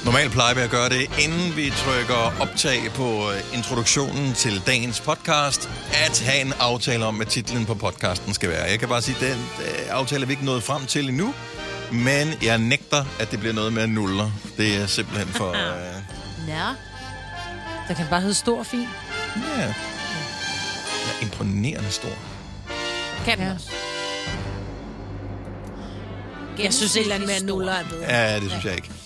Normalt plejer vi at gøre det, inden vi trykker optag på introduktionen til dagens podcast, at have en aftale om, hvad titlen på podcasten skal være. Jeg kan bare sige, at den aftale er vi ikke nået frem til endnu, men jeg nægter, at det bliver noget med nuller. Det er simpelthen for... Ja. Der kan bare hedde stor og fin. Ja. Den er imponerende stor. Kan den også. Jeg synes et eller andet med nuller er bedre. Ja, det synes jeg ikke.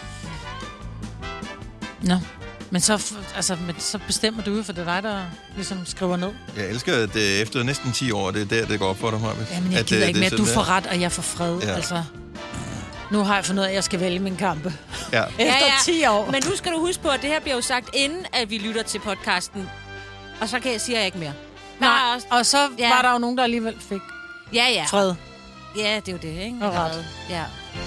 Nå, men så bestemmer du jo, for det er dig, der ligesom skriver ned. Jeg elsker, at efter næsten 10 år, det er der, det går op for dig, Marvind. Ja, men jeg gider ikke mere, at du får ret, og jeg får fred. Ja. Altså, nu har jeg fundet ud af, at jeg skal vælge min kampe. Ja. Efter 10 år. Men nu skal du huske på, at det her bliver jo sagt, inden at vi lytter til podcasten. Og så siger jeg ikke mere. Nej, og så var der jo nogen, der alligevel fik fred. Ja, det er jo det, ikke? Og ret. Ja.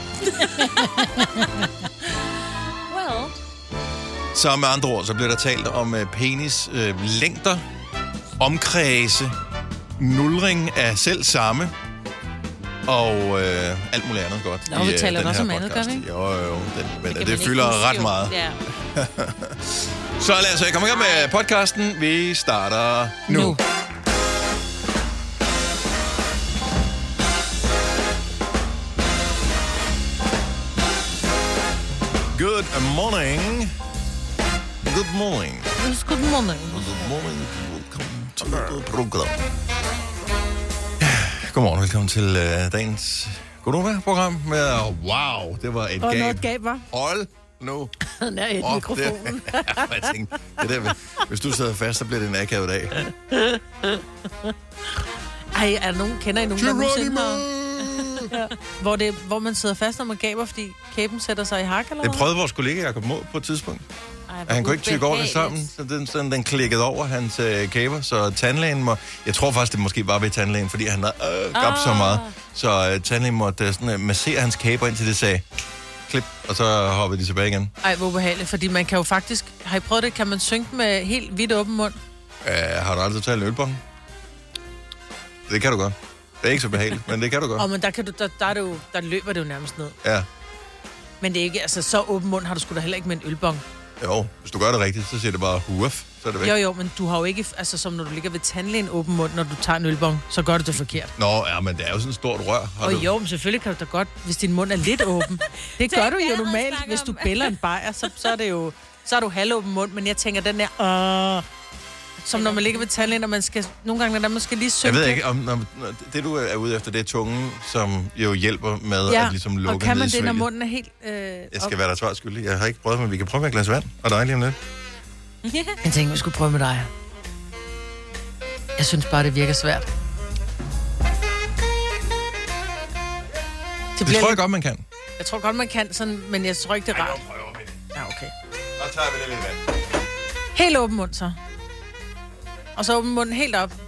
Well... Så med andre ord, så bliver der talt om penis, længder, omkredse, nulring af selv samme, og alt muligt andet godt. Nå, vi taler også om andet, gør vi ikke? Jo, det fylder ret meget. Ja. Så lad os komme i gang med podcasten. Vi starter nu. Good morning. Good morning. Yes, good morning. Good morning. Welcome to the program. Godmorgen, velkommen til dagens Godnova-program med wow, det var et gab. Noget gab, var? Hold nu. Nær et mikrofonen. Jeg tænkte, det der, hvis du sidder fast, så bliver det en akavet dag. Ej, er der nogen, kender I nogen, der nogensinde har... Hvor man sidder fast, når man gaber, fordi kæben sætter sig i hak, eller det prøvede vores kollega Jacob Måb på et tidspunkt. Han kunne ikke tykke over det sammen, så den klikkede over hans kæber, så tandlægen må... Jeg tror faktisk, det måske var ved tandlægen, fordi han havde gabt så meget. Så tandlægen måtte sådan, massere hans kæber, indtil det sagde klip, og så hoppede de tilbage igen. Ej, hvor behageligt, fordi man kan jo faktisk... Har I prøvet det? Kan man synke med helt vidt åben mund? Har du aldrig talt en ølbong? Det kan du godt. Det er ikke så behageligt, men det kan du godt. Men der løber det jo nærmest ned. Ja. Men det er ikke, altså så åben mund har du sgu da heller ikke med en ølbong. Jo, hvis du gør det rigtigt, så siger det bare huff, så er det væk. Jo, men du har jo ikke, altså som når du ligger ved tandlægen åben mund, når du tager en ølbong, så gør du det forkert. Nå, ja, men det er jo sådan et stort rør. Jo, men selvfølgelig kan du da godt, hvis din mund er lidt åben. Det gør du jo normalt, hvis du bæller en bajer, så er det jo, så er du halvåben mund, men jeg tænker, den der, som når man ligger ved tandlægen, og man skal, nogle gange, når man skal lige synge. Jeg ved ikke, om det du er ude efter, det er tungen, som jo hjælper med at ligesom lukke og kan man det, når munden er helt... jeg skal være der svært skyldig. Jeg har ikke prøvet, men vi kan prøve med et glas vand, og dig lige om lidt. Jeg tænkte, vi skulle prøve med dig. Jeg synes bare, det virker svært. Det tror jeg godt, man kan. Jeg tror godt, man kan, sådan, men jeg tror ikke, det er rart. Ja, okay. Så tager vi lidt vand. Helt åben mund, så. Og så åbne munden helt op.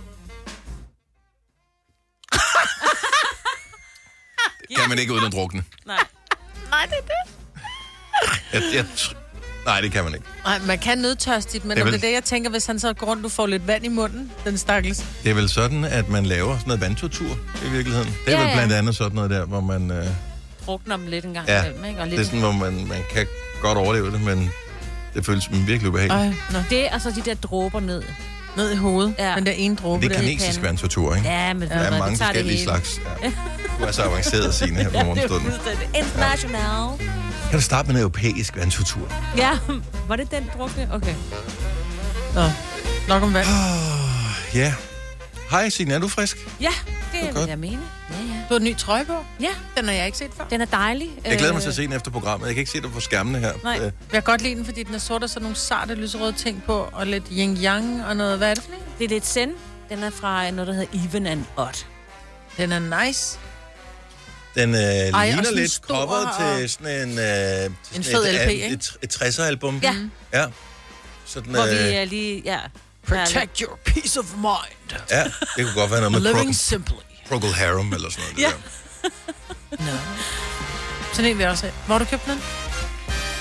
Det kan man ikke uden at drukne. Nej, det er det. Nej, det kan man ikke. Nej, man kan nødtørstigt, men det er det, jeg tænker, hvis han så går rundt, du får lidt vand i munden, den stakkels. Det er vel sådan, at man laver sådan noget vandtortur i virkeligheden. Det er vel blandt andet sådan noget der, hvor man... drukner dem lidt en gang imellem, ikke? Og lidt... det er sådan, hvor man kan godt overleve det, men det føles virkelig ubehageligt. Det er altså de der dråber ned i hovedet. Ja. Den der ene dråbe. Det er kinesisk vandtortur, ikke? Ja, men der er mange forskellige slags. Ja. Du er så avanceret, Signe, her på morgenstunden. International. Kan du starte med en europæisk vandtortur? Ja, var det den drukne? Okay. Nå, nok om vand. Ja. Hej, Signe, er du frisk? Ja, det vil jeg mene. Ja. Du har en ny trøje på? Ja. Den har jeg ikke set før. Den er dejlig. Jeg glæder mig til at se den efter programmet. Jeg kan ikke se den på skærmene her. Nej, jeg kan godt lide den, fordi den er sort og så nogle sarte lyserøde ting på, og lidt yin-yang og noget. Hvad er det for en? Det er lidt zen. Den er fra noget, der hedder Even and Odd. Den er nice. Den ligner lidt coveret til sådan en fed LP, ikke? Et 60'er-album. Ja. Ja. Sådan, hvor vi er lige... Ja. Protect your peace of mind. Ja, det kunne godt være noget med Living simply. Procol Harum eller sådan noget. Ja. Nå. Sådan en vil jeg også have. Hvor har du købt den?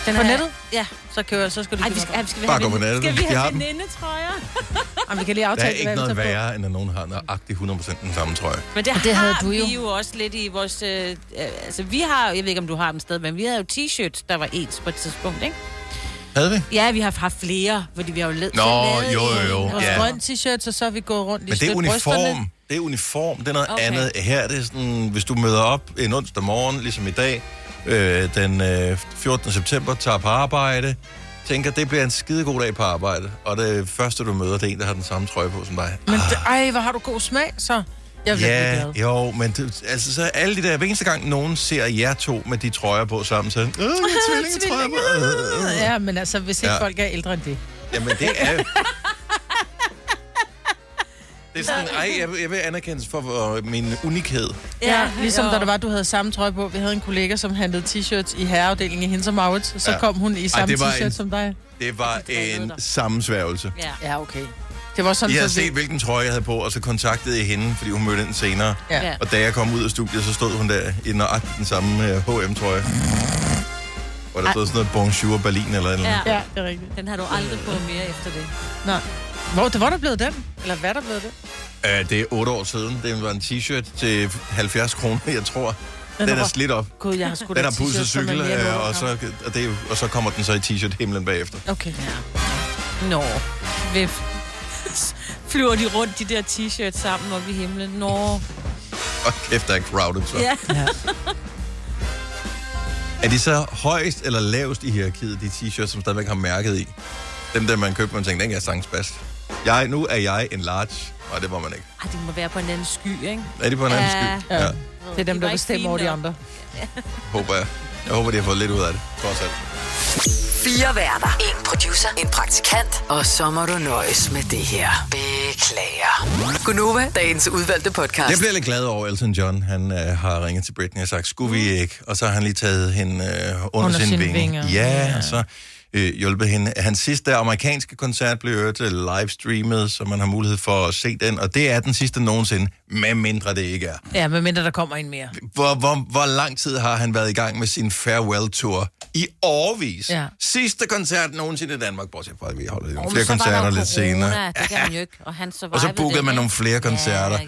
Den på nettet? Ja. Så skal du... Ej, skal vi bare gå på nettet. Skal vi have venindetrøjer? Vi kan lige aftale, der er ikke noget værre, end at nogen har nøjagtigt 100% den samme trøje. Men det har du vi jo også lidt i vores... altså, vi har... Jeg ved ikke, om du har dem stadig, men vi havde jo t-shirts, der var ens på et tidspunkt, ikke? Havde vi? Ja, vi har haft flere, fordi vi har jo lavet... Jo. Vores grøn t-shirts, og så har vi gået rundt i men det er uniform. Det er uniform. Det er noget andet. Her er det sådan, hvis du møder op en onsdag morgen, ligesom i dag, den 14. september, tager på arbejde, tænker, det bliver en skidegod dag på arbejde, og det første, du møder, det er en, der har den samme trøje på som dig. Men hvor har du god smag, så... Jo, men altså, så alle de der, hver eneste gang nogen ser jer to med de trøjer på sammen, så tvillingetrøjer på. Ja, men altså, hvis ikke folk er ældre end det. Jamen, det er jo... Det er sådan, jeg vil anerkendes for min unikhed. Ja, ligesom da det var, du havde samme trøje på. Vi havde en kollega, som handlede t-shirts i herreafdelingen i Hinds & Maurits, og så kom hun i samme t-shirt som dig. Det var en sammensværgelse. Ja, okay. Det var sådan, jeg havde set, hvilken trøje jeg havde på, og så kontaktede jeg hende, fordi hun mødte den senere. Ja. Og da jeg kom ud af studiet, så stod hun der i nøjagtigt den samme H&M-trøje. Hvor der stod sådan noget Bonjour Berlin eller noget. Ja, det er rigtigt. Den har du aldrig på mere efter det. Nej. Hvor der blevet den? Eller hvad der blevet det? Det er 8 år siden. Det var en t-shirt til 70 kroner, jeg tror. Den er slidt op. Gud, jeg har sgu den har pudset cykel, og så kommer den så i t-shirt-himlen bagefter. Okay. Ja. Nå. Flyver de rundt, de der t-shirts sammen oppe i himlen? Nå. Og kæft, der er crowded, så. Ja. Er de så højst eller lavest i hierarkiet, de t-shirts, som stadigvæk har mærket i? Dem der, man køber, man tænker, den er sagtens bedst. Nu er jeg en large, og det må man ikke. Ej, det må være på en anden sky, ikke? Er de på en anden sky? Ja. Det er dem, der bestemmer over de andre. Håber jeg. Jeg håber, de har fået lidt ud af det, trods alt. 4 værter. 1 producer. 1 praktikant. Og så må du nøjes med det her. Beklager. Gunova, dagens udvalgte podcast. Jeg bliver lidt glad over Elton John. Han har ringet til Britney og sagt, skulle vi ikke? Og så har han lige taget hende under sine vinger. Ja, og så hjulpet hende. Hans sidste amerikanske koncert blev livestreamet, så man har mulighed for at se den. Og det er den sidste nogensinde, med mindre det ikke er. Ja, med mindre der kommer en mere. Hvor lang tid har han været i gang med sin farewell-tour? I årevis. Ja. Sidste koncert nogensinde i Danmark, bortset fra, at vi holder nogle flere koncerter lidt senere. Det kan man jo ikke. Og så bookede man nogle flere koncerter.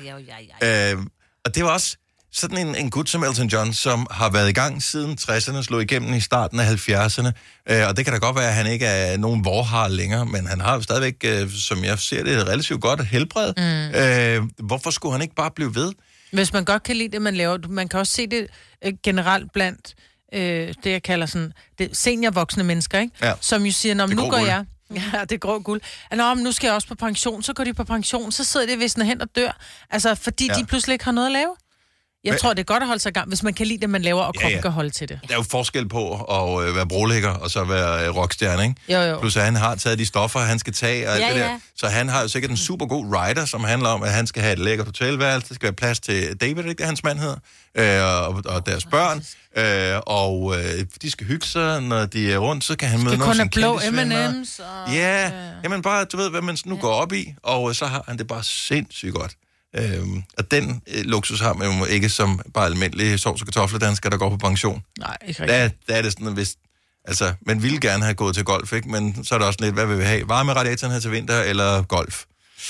Og det var også sådan en gut som Elton John, som har været i gang siden 60'erne, slog igennem i starten af 70'erne. Og det kan da godt være, at han ikke er nogen vorhar længere, men han har jo stadigvæk, som jeg ser det, relativt godt helbred. Hvorfor skulle han ikke bare blive ved? Hvis man godt kan lide det, man laver. Man kan også se det generelt blandt det, jeg kalder sådan seniorvoksne mennesker, ikke? Ja. Som jo siger, nu går jeg... Ja, det er grå guld. Nå, men nu skal jeg også på pension. Så går de på pension, så sidder de visne hen og dør. Altså, fordi de pludselig ikke har noget at lave. Jeg tror, det er godt at holde sig i gang, hvis man kan lide det, man laver, og kroppen kan holde til det. Der er jo forskel på at være brolægger og så være rockstjerne, ikke? Jo. Plus at han har taget de stoffer, han skal tage og alt det der. Så han har jo sikkert en super god rider, som handler om, at han skal have et lækkert hotelværelse. Der skal være plads til David, ikke det hans mand hedder, og deres børn. Og de skal hygge sig, når de er rundt, så kan han møde nogle af blå M&M's. Ja, jamen bare, du ved, hvad man nu går op i, og så har han det bare sindssygt godt. Og den luksus har man jo ikke som bare almindelige sovs og kartoffeldansker, der går på pension. Nej, ikke rigtigt. Der er det sådan, hvis... Altså, man ville gerne have gået til golf, ikke? Men så er der også lidt, hvad vil vi have? Varme radiatoren her til vinter, eller golf?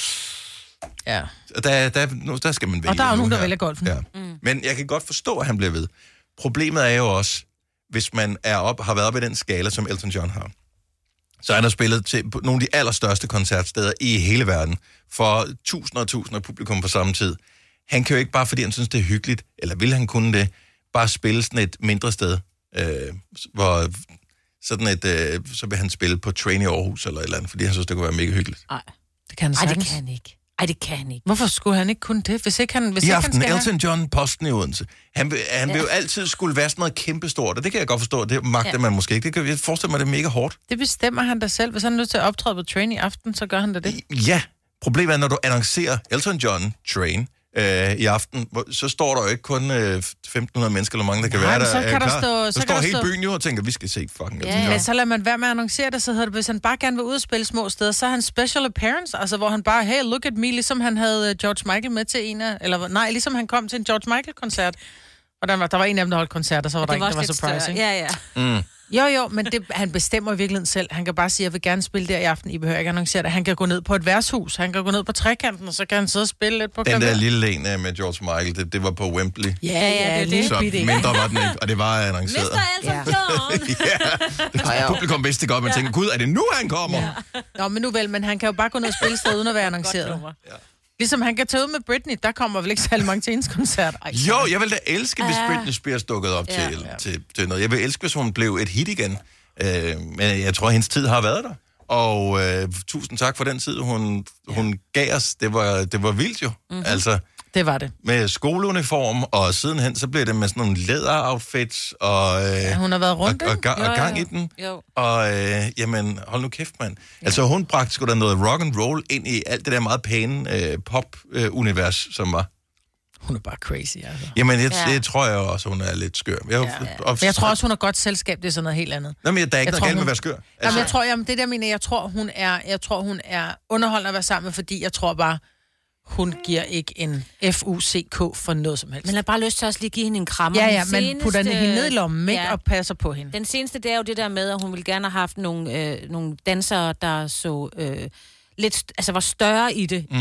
Ja. Der skal man vælge. Og der er jo nogen, der vælger golfen. Ja. Men jeg kan godt forstå, at han bliver ved. Problemet er jo også, hvis man har været oppe i den skala, som Elton John har. Så han har spillet til nogle af de allerstørste koncertsteder i hele verden, for tusinder og tusinder af publikum på samme tid. Han kan jo ikke bare, fordi han synes, det er hyggeligt, eller vil han kunne det, bare spille sådan et mindre sted, hvor så vil han spille på Train i Aarhus eller et eller andet, fordi han synes, det kunne være mega hyggeligt. Nej, det kan han sagtens. Nej, det kan han ikke. Hvorfor skulle han ikke kunne det, hvis ikke han... I aften, Elton John, Posten i Odense. Han vil jo altid skulle være sådan noget kæmpestort, og det kan jeg godt forstå, det magter man måske ikke. Det kan jeg forestille mig, det er mega hårdt. Det bestemmer han da selv. Hvis han er nødt til at optræde på Train i aften, så gør han da det. Ja, problemet er, når du annoncerer Elton John Train i aften, så står der jo ikke kun 1.500 mennesker, eller mange, der kan være der. Så kan der stå... Så står hele byen jo og tænker, vi skal se fucking Elton John. Men så lader man være med at annoncere det, så hedder det, hvis han bare gerne vil ud og spille små steder, så har han special appearance, altså hvor han bare, hey, look at me, ligesom han havde George Michael med til ligesom han kom til en George Michael-koncert. Og der var en af dem, der holdt koncert, og så var der en, der var surprising. Ja. Jo, men han bestemmer i virkeligheden selv. Han kan bare sige, jeg vil gerne spille der i aften. I behøver ikke annoncere det. Han kan gå ned på et værtshus. Han kan gå ned på trekanten, og så kan han sidde og spille lidt på klaver. Den der lille en med George Michael, det var på Wembley. Ja, det så mindre var den ikke, og det var annonceret. Mr. Elton John! Ja, publikum vidste det godt, man tænkte, gud, er det nu, han kommer? Ja. Nå, men nu vel, men han kan jo bare gå ned og spille sted, uden at være annonceret. Ligesom han kan tage ud med Britney, der kommer vel ikke særlig mange til hendes koncert. Jo, jeg vil da elske, hvis Britney Spears dukkede op til noget. Jeg vil elske, hvis hun blev et hit igen. Men jeg tror, hendes tid har været der. Og tusind tak for den tid, hun gav os. Det var vildt jo. Mm-hmm. Altså, det var det. Med skoleuniform, og sidenhen, så blev det med sådan nogle læderoutfits, og, hun har været rundt, og gang i den. Jo. Og jamen, hold nu kæft, mand. Ja. Altså, hun bragte sgu da noget rock and roll ind i alt det der meget pæne pop-univers, som var. Hun er bare crazy, altså. Jamen, det tror jeg også, hun er lidt skør. Men jeg tror også, hun har godt selskab, det er sådan noget helt andet. Nå, men der er ikke noget galt med at være skør. Altså. Jamen, det der mener jeg tror, hun er underholdende at være sammen med, fordi jeg tror bare, hun giver ikke en FUCK for noget som helst. Men jeg har bare lyst til også lige give hende en krammer. Ja, men putter hende ned i lommen, ikke? Og passer på hende. Den seneste, det er jo det der med, at hun ville gerne have haft nogle dansere, der så lidt, altså var større i det,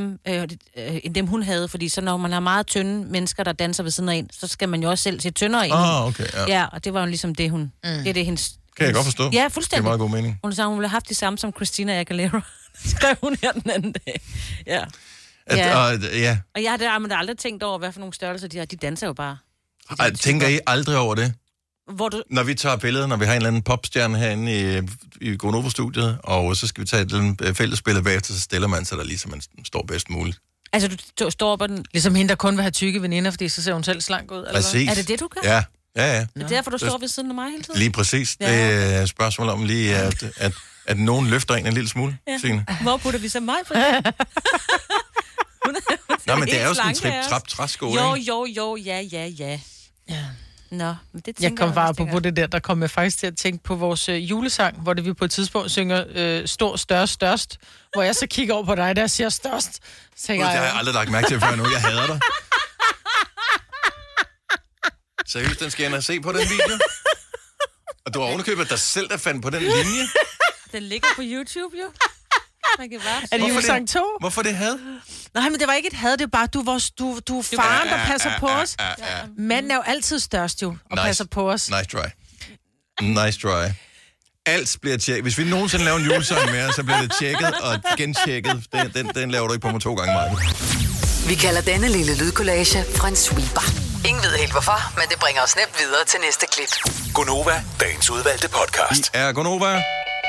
end dem hun havde. Fordi så når man har meget tynde mennesker, der danser ved siden af en, så skal man jo også selv se tyndere ind. Okay, ja, og det var jo ligesom det, hun... Det er det, hendes... Kan jeg godt forstå. Ja, fuldstændig. Det er meget god mening. Hun sagde, hun ville have haft det samme som Christina Aguilera. Skrev hun her den anden dag. Ja. Og jeg har aldrig tænkt over, hvad for nogle størrelser de har. De danser jo bare. Tænker I aldrig over det? Når vi tager billeder, når vi har en eller anden popstjerne herinde i Gonova-studiet, og så skal vi tage et fælles billede bagefter, så stiller man sig der lige, så man står bedst muligt. Altså, du står på den... Ligesom hende, der kun vil have tykke veninder, fordi så ser hun selv slank ud, eller præcis. Er det det, du gør? Ja. Er det derfor, du står ved siden af mig hele tiden? Lige præcis. Ja. Det er et spørgsmål om lige, at nogen løfter en lille smule, Signe. Hvor putter vi så mig på det? Nå, men det er jo sådan en trip-trap-træsko, Jo, ja. Nå, men det jeg kom bare på det der, der kom jeg faktisk til at tænke på vores julesang, hvor det vi på et tidspunkt synger stor, størst, hvor jeg så kigger over på dig, der siger størst. Det har jeg aldrig lagt mærke til før nu. Jeg hader dig. Seriøst, den skal jeg se på den video. Og du har ovenikøbet dig selv, der fandt på den linje. Den ligger på YouTube, jo. Er det julesang 2? Hvorfor det had? Nej, men det var ikke et had, det er bare, du er faren, der passer på os. Manden er jo altid størst, jo, og passer på os. Nice try. Alt bliver tjekket. Hvis vi nogensinde laver en julesang mere, så bliver det tjekket og gentjekket. Den laver du ikke på mig 2 gange, Maja. Vi kalder denne lille lydkollage en sweeper. Ingen ved helt hvorfor, men det bringer os nemt videre til næste klip. Gonova, dagens udvalgte podcast. Vi er Gonova.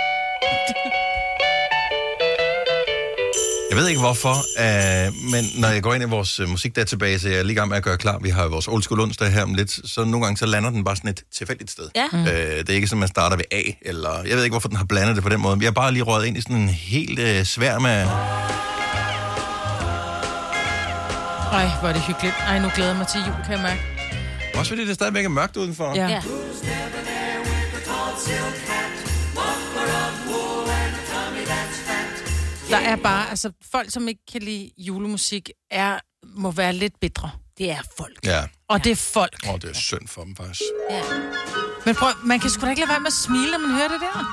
Jeg ved ikke hvorfor, men når jeg går ind i vores musikdatabase, jeg er lige i gang med at gøre klar, vi har vores old school onsdag her om lidt, så nogle gange så lander den bare sådan et tilfældigt sted. Ja. Det er ikke sådan, man starter ved A, eller jeg ved ikke, hvorfor den har blandet det på den måde. Vi har bare lige røget ind i sådan en helt sværm af... Ej, hvor er det hyggeligt. Ej, nu glæder jeg mig til jul, kan jeg mærke. Også fordi det stadigvæk er mørkt udenfor. Ja. Der er bare, altså folk, som ikke kan lide julemusik, må være lidt bitre. Det er folk. Ja. Og det er folk. Det er synd for dem, faktisk. Ja. Men prøv, man kan sgu da ikke lade være med at smile, når man hører det der.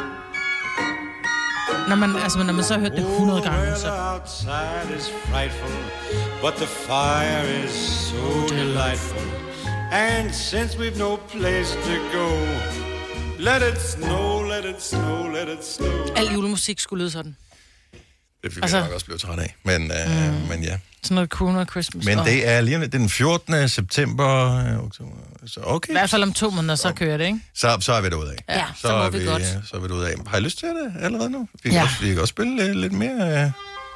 Når man så har hørt det 100 gange, så... Outside is frightful, but the fire is so delightful. And since we've no place to go, let it snow, let it snow, let it snow. Al julemusik skulle lyde sådan. Det fik jeg nok også blive træt af, men ja. Sådan noget Corona Christmas. Men det er lige den 14. september, oktober, så okay. I hvert fald om 2 måneder, så kører det, ikke? Så er vi derude af. Ja, så må vi godt. Så er vi derude af. Har I lyst til det allerede nu? Vi kan også spille lidt mere...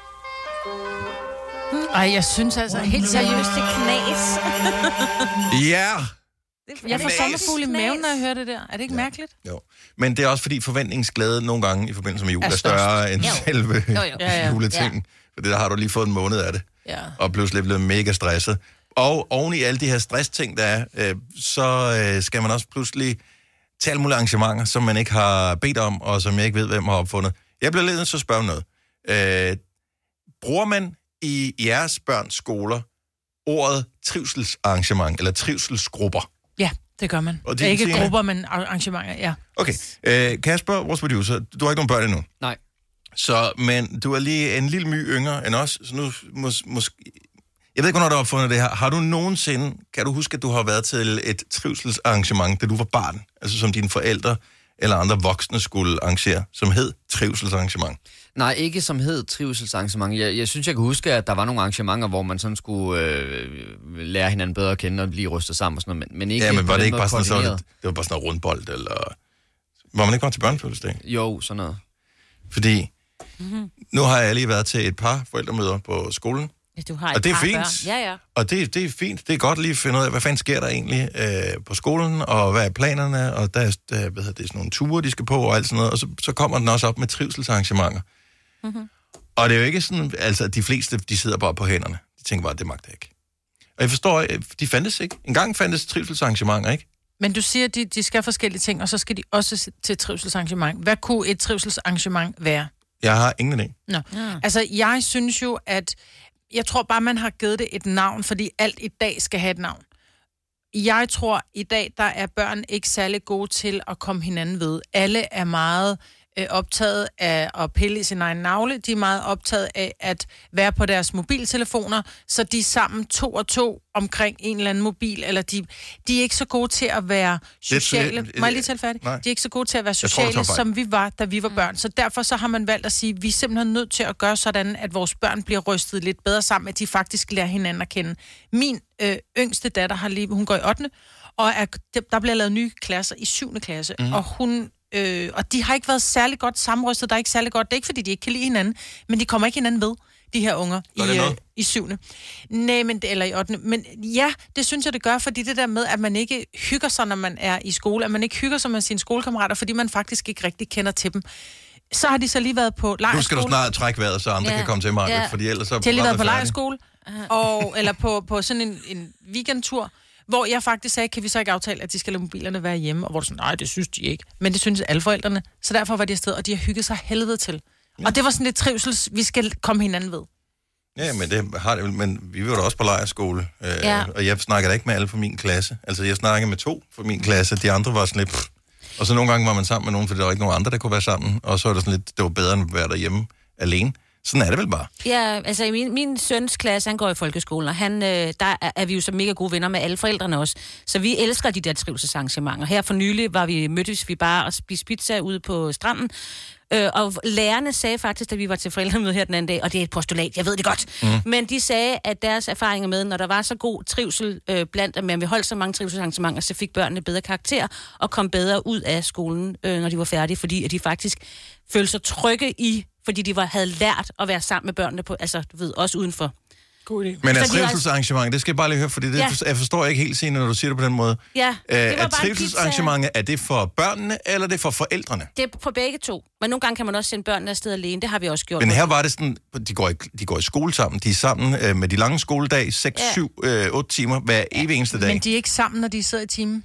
Ej, jeg synes altså helt seriøst, det knas. Ja! Jeg får sommerfugle i maven, når jeg hører det der. Er det ikke mærkeligt? Jo. Men det er også fordi forventningsglæde nogle gange i forbindelse med jul er større end selve juletingen. For der har du lige fået en måned af det. Ja. Og pludselig blevet mega stresset. Og oven i alle de her stressting, der er, så skal man også pludselig til alle mulige arrangementer, som man ikke har bedt om, og som jeg ikke ved, hvem har opfundet. Jeg bliver lidt så spørge om noget. Bruger man i jeres børns skoler ordet trivselsarrangement, eller trivselsgrupper? Ja. Det gør man. Og ikke grupper, men arrangementer, ja. Okay. Kasper, vores producer, du har ikke nogen børn endnu. Nej. Men du er lige en lille my yngre end os, så nu måske... Jeg ved ikke, hvornår du har opfundet det her. Har du nogensinde, kan du huske, at du har været til et trivselsarrangement, da du var barn? Altså som dine forældre eller andre voksne skulle arrangere, som hed trivselsarrangement? Nej, ikke som hed trivselsarrangement. Jeg synes, jeg kan huske, at der var nogle arrangementer, hvor man sådan skulle lære hinanden bedre at kende og blive rystet sammen og sådan noget, men ikke. Ja, men var det ikke bare sådan noget, det var bare sådan noget rundbold, eller... Var man ikke bare til børnefødselsdag? Jo, sådan noget. Fordi nu har jeg lige været til et par forældremøder på skolen. Ja, du har og det er fint. Børn. Ja. Og det er fint. Det er godt lige at finde ud af, hvad fanden sker der egentlig på skolen, og hvad er planerne, og der er sådan nogle ture, de skal på, og alt sådan noget. Og så kommer den også op med trivselsarrangementer. Mm-hmm. Og det er jo ikke sådan, altså de fleste, de sidder bare på hænderne. De tænker bare, det magter jeg ikke. Og jeg forstår, de fandtes ikke. En gang fandtes trivselsarrangementer, ikke? Men du siger, at de skal forskellige ting, og så skal de også til trivselsarrangement. Hvad kunne et trivselsarrangement være? Jeg har ingen idé. Nå. Ja. Altså, jeg synes jo, at... Jeg tror bare, man har givet det et navn, fordi alt i dag skal have et navn. Jeg tror, i dag, der er børn ikke særlig gode til at komme hinanden ved. Alle er meget optaget af at pille i sin egen navle. De er meget optaget af at være på deres mobiltelefoner, så de er sammen 2 og 2 omkring en eller anden mobil, eller de er ikke så gode til at være sociale. Må jeg lige tale færdig? De er ikke så gode til at være sociale, som vi var, da vi var børn. Så derfor så har man valgt at sige, at vi er simpelthen nødt til at gøre sådan, at vores børn bliver rystet lidt bedre sammen, at de faktisk lærer hinanden at kende. Min yngste datter hun går i 8. og der bliver lavet nye klasser i 7. klasse, og hun... og de har ikke været særlig godt sammenrystet, der er ikke særlig godt. Det er ikke, fordi de ikke kan lide hinanden, men de kommer ikke hinanden ved, de her unger i 7. Nej, eller i 8. Men ja, det synes jeg, det gør, fordi det der med, at man ikke hygger sig, når man er i skole, at man ikke hygger sig med sine skolekammerater, fordi man faktisk ikke rigtig kender til dem. Så har de så lige været på lejrskole. Nu skal du snart trække vejret, så andre kan komme til mig, fordi ellers så... De har lige været på lejrskole, eller på sådan en weekendtur, hvor jeg faktisk sagde, kan vi så ikke aftale, at de skal lade mobilerne være hjemme? Og hvor du sådan, nej, det synes de ikke. Men det synes alle forældrene. Så derfor var de afsted, og de har hygget sig helvede til. Ja. Og det var sådan lidt trivsels, vi skal komme hinanden ved. Ja, men det har det, men vi var da også på lejrskole. Og jeg snakker da ikke med alle fra min klasse. Altså, jeg snakker med 2 fra min klasse. De andre var sådan lidt... Og så nogle gange var man sammen med nogen, for der var ikke nogen andre, der kunne være sammen. Og så var det sådan lidt, det var bedre end at være derhjemme alene. Sådan er det vel bare. Ja, altså i min søns klasse, han går i folkeskolen, og der er vi jo så mega gode venner med alle forældrene også. Så vi elsker de der trivselsarrangementer. Her for nylig mødtes vi bare og spiste pizza ude på stranden. Og lærerne sagde faktisk, da vi var til forældremøde her den anden dag, og det er et postulat, jeg ved det godt, men de sagde, at deres erfaringer med, når der var så god trivsel blandt, at man vil holde så mange trivselsarrangementer, så fik børnene bedre karakter og kom bedre ud af skolen, når de var færdige, fordi at de faktisk følte sig trygge fordi de havde lært at være sammen med børnene på, altså du ved, også udenfor. God idé. Men er trivselsarrangement, det skal jeg bare lige høre, fordi jeg forstår ikke helt Signe, når du siger det på den måde. Ja, er trivselsarrangementet, er det for børnene, eller er det for forældrene? Det er for begge to. Men nogle gange kan man også sende børnene afsted alene, det har vi også gjort. Men her var det sådan, de går i skole sammen, de er sammen med de lange skoledage, 6, 7, 8 timer hver evig eneste dag. Men de er ikke sammen, når de sidder i timen.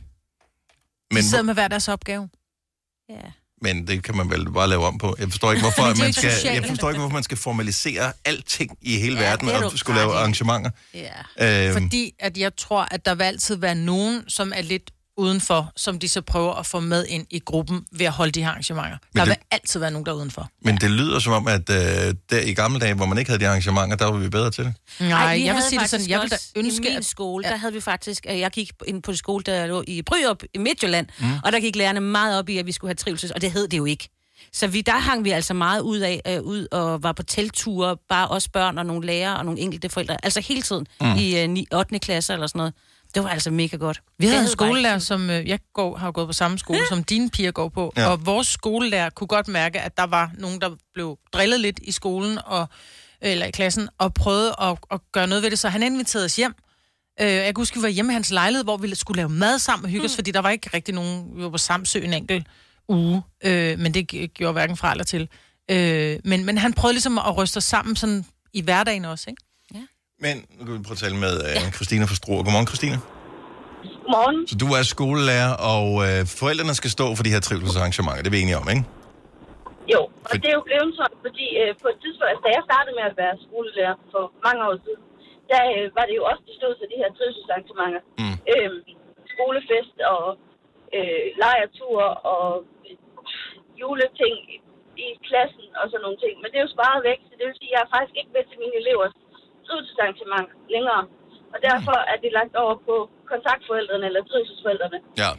De sidder med hver deres opgave. Ja. Men det kan man vel bare lave om på. Jeg forstår ikke, hvorfor man skal formalisere alting i hele verden og skulle lave arrangementer. Ja. Fordi at jeg tror, at der vil altid være nogen, som er lidt udenfor, som de så prøver at få med ind i gruppen ved at holde de her arrangementer. Der vil altid være nogen, der er udenfor. Men det lyder som om, at der i gamle dage, hvor man ikke havde de arrangementer, der var vi bedre til det. Nej, jeg vil sige det sådan, jeg vil da ønske... I min skole, der havde vi faktisk... Jeg gik ind på skole, der lå i Bryrup i Midtjylland, og der gik lærerne meget op i, at vi skulle have trivsel, og det hed det jo ikke. Så der hang vi altså meget ud og var på teltture, bare os børn og nogle lærere og nogle enkelte forældre, altså hele tiden i 8. klasse eller sådan noget. Det var altså mega godt. Vi havde en skolelærer, som har gået på samme skole, som dine piger går på. Ja. Og vores skolelærer kunne godt mærke, at der var nogen, der blev drillet lidt i skolen eller i klassen, og prøvede at gøre noget ved det. Så han inviterede os hjem. Jeg kan huske, vi var hjemme i hans lejlighed, hvor vi skulle lave mad sammen og hygge os, fordi der var ikke rigtig nogen... Vi var på Samsø en enkelt uge, men det gjorde hverken fra eller til. Men han prøvede ligesom at ryste os sammen sådan i hverdagen også, ikke? Men nu kan vi prøve at tale med Christina fra Struer. Godmorgen, Christina. Godmorgen. Så du er skolelærer, og forældrene skal stå for de her trivselsarrangementer. Det er vi enige om, ikke? Jo, og det er jo blevet sådan, fordi på et tidspunkt, da jeg startede med at være skolelærer for mange år siden, der var det jo også, de stod til de her trivselsarrangementer. Skolefest og lejreture og juleting i klassen og sådan nogle ting. Men det er jo sparet væk, så det vil sige, at jeg er faktisk ikke med til mine elevers trivselsarrangement længere. Og derfor er det lagt over på kontaktforældrene eller trivselsforældrene. Ja.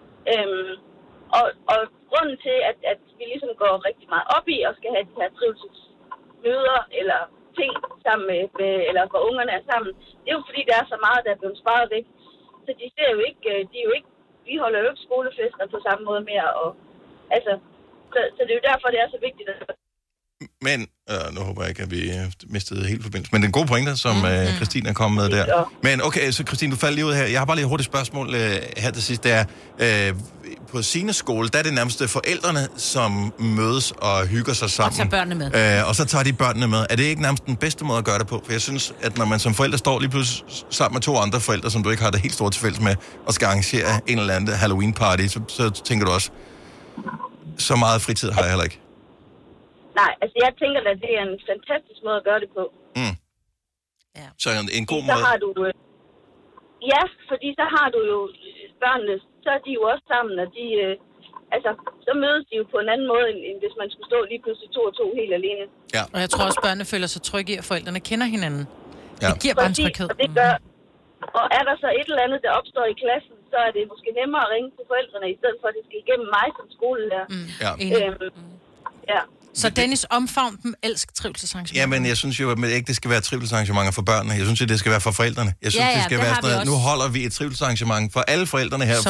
Og grunden til, at vi ligesom går rigtig meget op i og skal have de her trivselsmøder eller ting sammen med eller hvor ungerne er sammen, det er jo fordi, der er så meget, der er blevet sparet væk. Så de ser jo ikke, vi holder jo ikke skolefester på samme måde mere. Og, altså, så det er jo derfor, det er så vigtigt. Men, nu håber jeg ikke, at vi mistede helt forbindelse. Men det er en god pointe, som Christine er kommet med der. Men okay, så Christine, du faldt lige ud her. Jeg har bare lige et hurtigt spørgsmål her til sidst. Det er, på Sines skole, der er det nærmest forældrene, som mødes og hygger sig sammen. Og tager børnene med. Og så tager de børnene med. Er det ikke nærmest den bedste måde at gøre det på? For jeg synes, at når man som forælder står lige pludselig sammen med 2 andre forældre, som du ikke har det helt store tilfælles med, og skal arrangere en eller anden Halloween-party, så tænker du også, så meget fritid har jeg heller ikke. Nej, altså jeg tænker, at det er en fantastisk måde at gøre det på. Mm. Ja. Så en god måde. Har du, ja, fordi så har du jo børnene, så er de jo også sammen, og de, så mødes de jo på en anden måde, end hvis man skulle stå lige pludselig 2 og 2 helt alene. Ja. Og jeg tror også, børnene føler sig trygge i, at forældrene kender hinanden. Ja. Det giver bare en tryghed. Og det gør, og er der så et eller andet, der opstår i klassen, så er det måske nemmere at ringe til forældrene, i stedet for at det skal igennem mig som skolelærer. Ja. Ja. Så Dennis, omfavn dem, elsk trivselsarrangementer. Jamen, jeg synes jo, at det ikke skal være trivselsarrangementer for børnene. Jeg synes, at det skal være for forældrene. Jeg synes, det skal være sådan noget. Nu holder vi et trivselsarrangement for alle forældrene her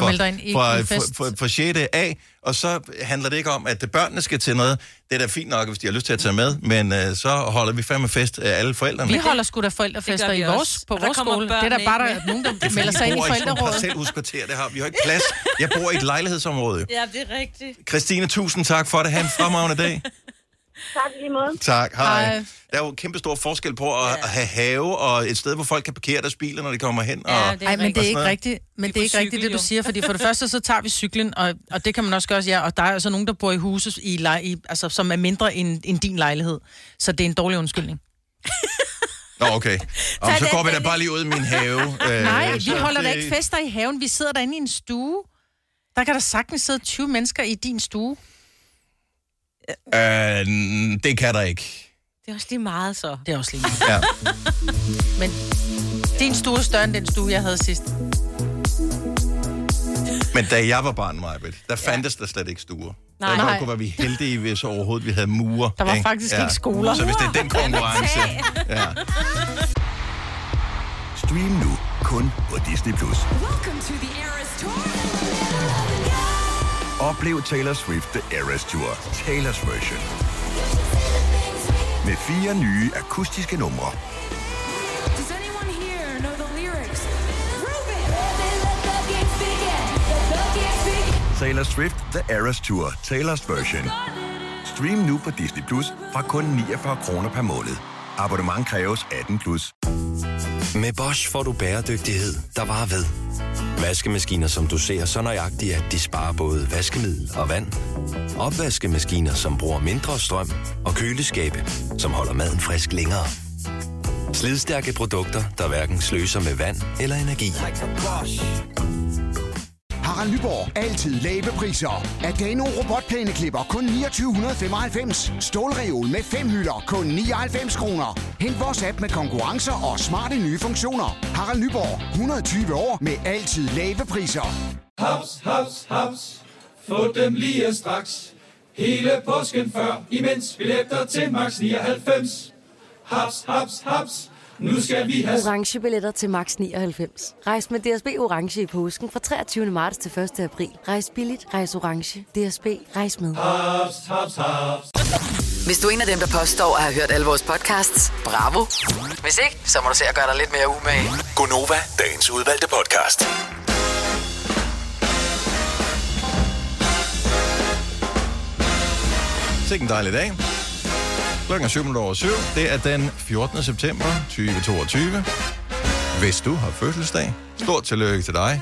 fra 6. A, og så handler det ikke om, at børnene skal til noget. Det er da fint nok, hvis de har lyst til at tage med, men så holder vi fandme fest af alle forældrene. Vi holder sgu da forældrefester på vores skole. Det er der bare nogen, der melder sig ind i forældrerådet. Parcelhuskvarter, det har vi jo ikke plads. Jeg bor i et lejlighedsområde. Ja, det er rigtigt. Christine, tusind tak for det. Ha' en fremragende dag. Tak lige måde. Tak, hej. Der er jo kæmpe stor forskel på at have have og et sted, hvor folk kan parkere deres biler, når de kommer hen. Nej, men det er ikke rigtigt. Men det er ikke rigtigt, det du siger, fordi for det første, så tager vi cyklen, og det kan man også gøre, ja, og der er altså nogen, der bor i huse, altså, som er mindre end din lejlighed. Så det er en dårlig undskyldning. Nå, okay. Så går vi da bare lige ud i min have. Nej, vi holder da ikke fester i haven. Vi sidder derinde i en stue. Der kan der sagtens sidde 20 mennesker i din stue. Det kan der ikke. Det er også lige meget, så. Det er også lige meget. Ja. Men din stue er større end den stue, jeg havde sidst. Men da jeg var barn, Majbet, der fandtes der slet ikke stuer. Der kunne være vi heldige, hvis overhovedet vi havde mure. Der var faktisk ikke skoler. Så hvis det er den konkurrence. Ja. Stream nu kun på Disney+. Oplev Taylor Swift The Eras Tour, Taylor's version. Med 4 nye akustiske numre. Taylor Swift The Eras Tour, Taylor's version. Stream nu på Disney+ fra kun 49 kroner per måned. Abonnement kræves 18+. Med Bosch får du bæredygtighed, der varer ved. Vaskemaskiner, som du ser så nøjagtigt, at de sparer både vaskemiddel og vand. Opvaskemaskiner, som bruger mindre strøm. Og køleskabe, som holder maden frisk længere. Slidstærke produkter, der hverken sløser med vand eller energi. Harald Nyborg. Altid lave priser. Adano robotplæneklipper kun 2995. Stålreol med 5 hylder kun 99 kroner. Hent vores app med konkurrencer og smarte nye funktioner. Harald Nyborg. 120 år med altid lave priser. Haps, haps, haps. Få dem lige straks. Hele påsken før, imens billetter til max 99. Haps, haps, haps. Nu skal vi have orange billetter til max 99. Rejs med DSB orange i påsken fra 23. marts til 1. april. Rejs billigt, rejs orange. DSB, rejs med. Haps, haps, haps. Hvis du er en af dem, der påstår at have hørt alle vores podcasts, bravo. Hvis ikke, så må du se at gøre dig lidt mere umage. Gonova, dagens udvalgte podcast. Sikke en dejlig dag. Klokken er 7:07. Det er den 14. september 2022. Hvis du har fødselsdag, stort tillykke til dig.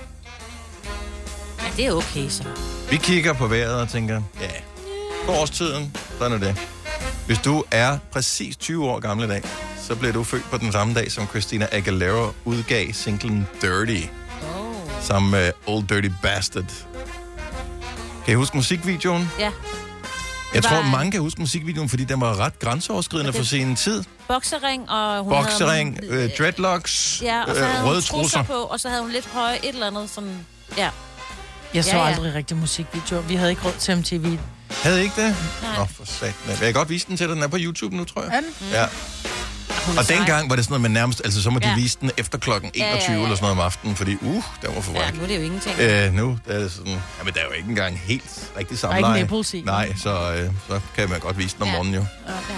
Ja, det er okay så. Vi kigger på vejret og tænker, ja, på årstiden, sådan er det. Hvis du er præcis 20 år gammel i dag, så bliver du født på den samme dag, som Christina Aguilera udgav singlen Dirty. sammen med Old Dirty Bastard. Kan I huske musikvideoen? Ja. Jeg tror, mange kan huske musikvideoen, fordi den var ret grænseoverskridende for sin tid. Boksering, og hun Boksering, dreadlocks, ja, og så havde røde hun trusser på, og så havde hun lidt høje et eller andet sådan... Ja. Jeg så aldrig rigtig musikvideoer. Vi havde ikke råd til MTV. Havde I ikke det? Nå, for satan. Jeg kan godt vise den til dig. Den er på YouTube nu, tror jeg. Ja. Og dengang var det sådan noget, man nærmest... Altså, så må de vise den efter klokken 21 eller sådan noget om aftenen, fordi den var for fræk. Ja, nu er det jo ingenting. Nu er det sådan... Jamen, der er jo ikke engang helt rigtig samleje. Der er ikke nipples i. Nej, så kan man godt vise den om morgenen jo.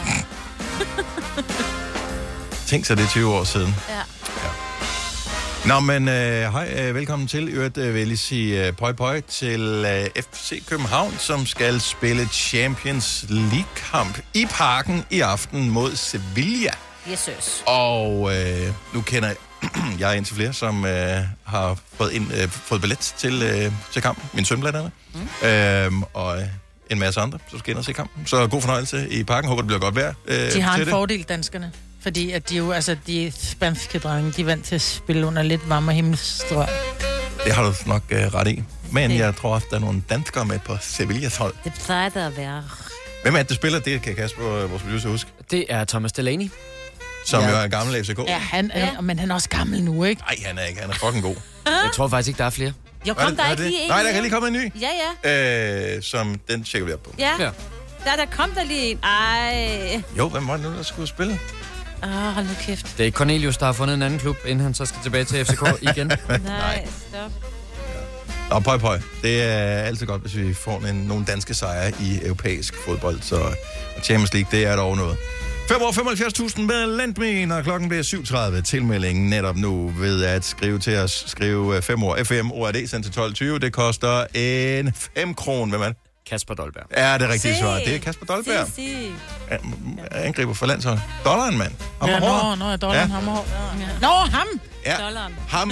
Tænk så, det er 20 år siden. Ja. Nå, men hej, velkommen til. Øvrigt vil jeg lige sige pøj pøj til FC København, som skal spille Champions League-kamp i Parken i aften mod Sevilla. Jesus. Og nu kender jeg indtil flere, som har fået billet til kampen. Min søn blandt andet. Og en masse andre, så skal ind og se kampen. Så god fornøjelse i Parken. Håber, det bliver godt vejr. De har en fordel, danskerne. Fordi at de jo, altså de spanske drenge, de er vant til at spille under lidt varme himmelstrøg. Det har du nok ret i. Men jeg tror også, der er nogle danskere med på Sevillas hold. Det plejer der at være. Hvem er det, der spiller? Det kan Kasper, vores producer, huske. Det er Thomas Delaney. Som jo er gammel FCK. Ja, men han er også gammel nu, ikke? Nej, han er ikke. Han er fucking god. Jeg tror faktisk ikke, der er flere. Jo, kom der ikke lige en. Nej, der kan lige komme en ny. Ja. Som den tjekker vi op på. Ja. Der kom der lige en. Ej. Jo, hvem var det nu, der skulle spille? Hold nu kæft. Det er ikke Cornelius, der har fundet en anden klub, inden han så skal tilbage til FCK igen. Nej, stop. Nå, pøj pøj. Det er altid godt, hvis vi får nogle danske sejre i europæisk fodbold. Så Champions League, det er der over noget. 575.000 med Lendme, når klokken bliver 7.30. Tilmeldingen netop nu ved at skrive til os. Skrive 5 år FM ORD sendt til 12.20. Det koster en 5 kroner. Hvem er det? Kasper Dolberg. Ja, det er rigtigt svar. Det er Kasper Dolberg. Angriber for landshold. Dollaren, mand. Dollaren, hammerhår. Nå, ham! Ja, ham.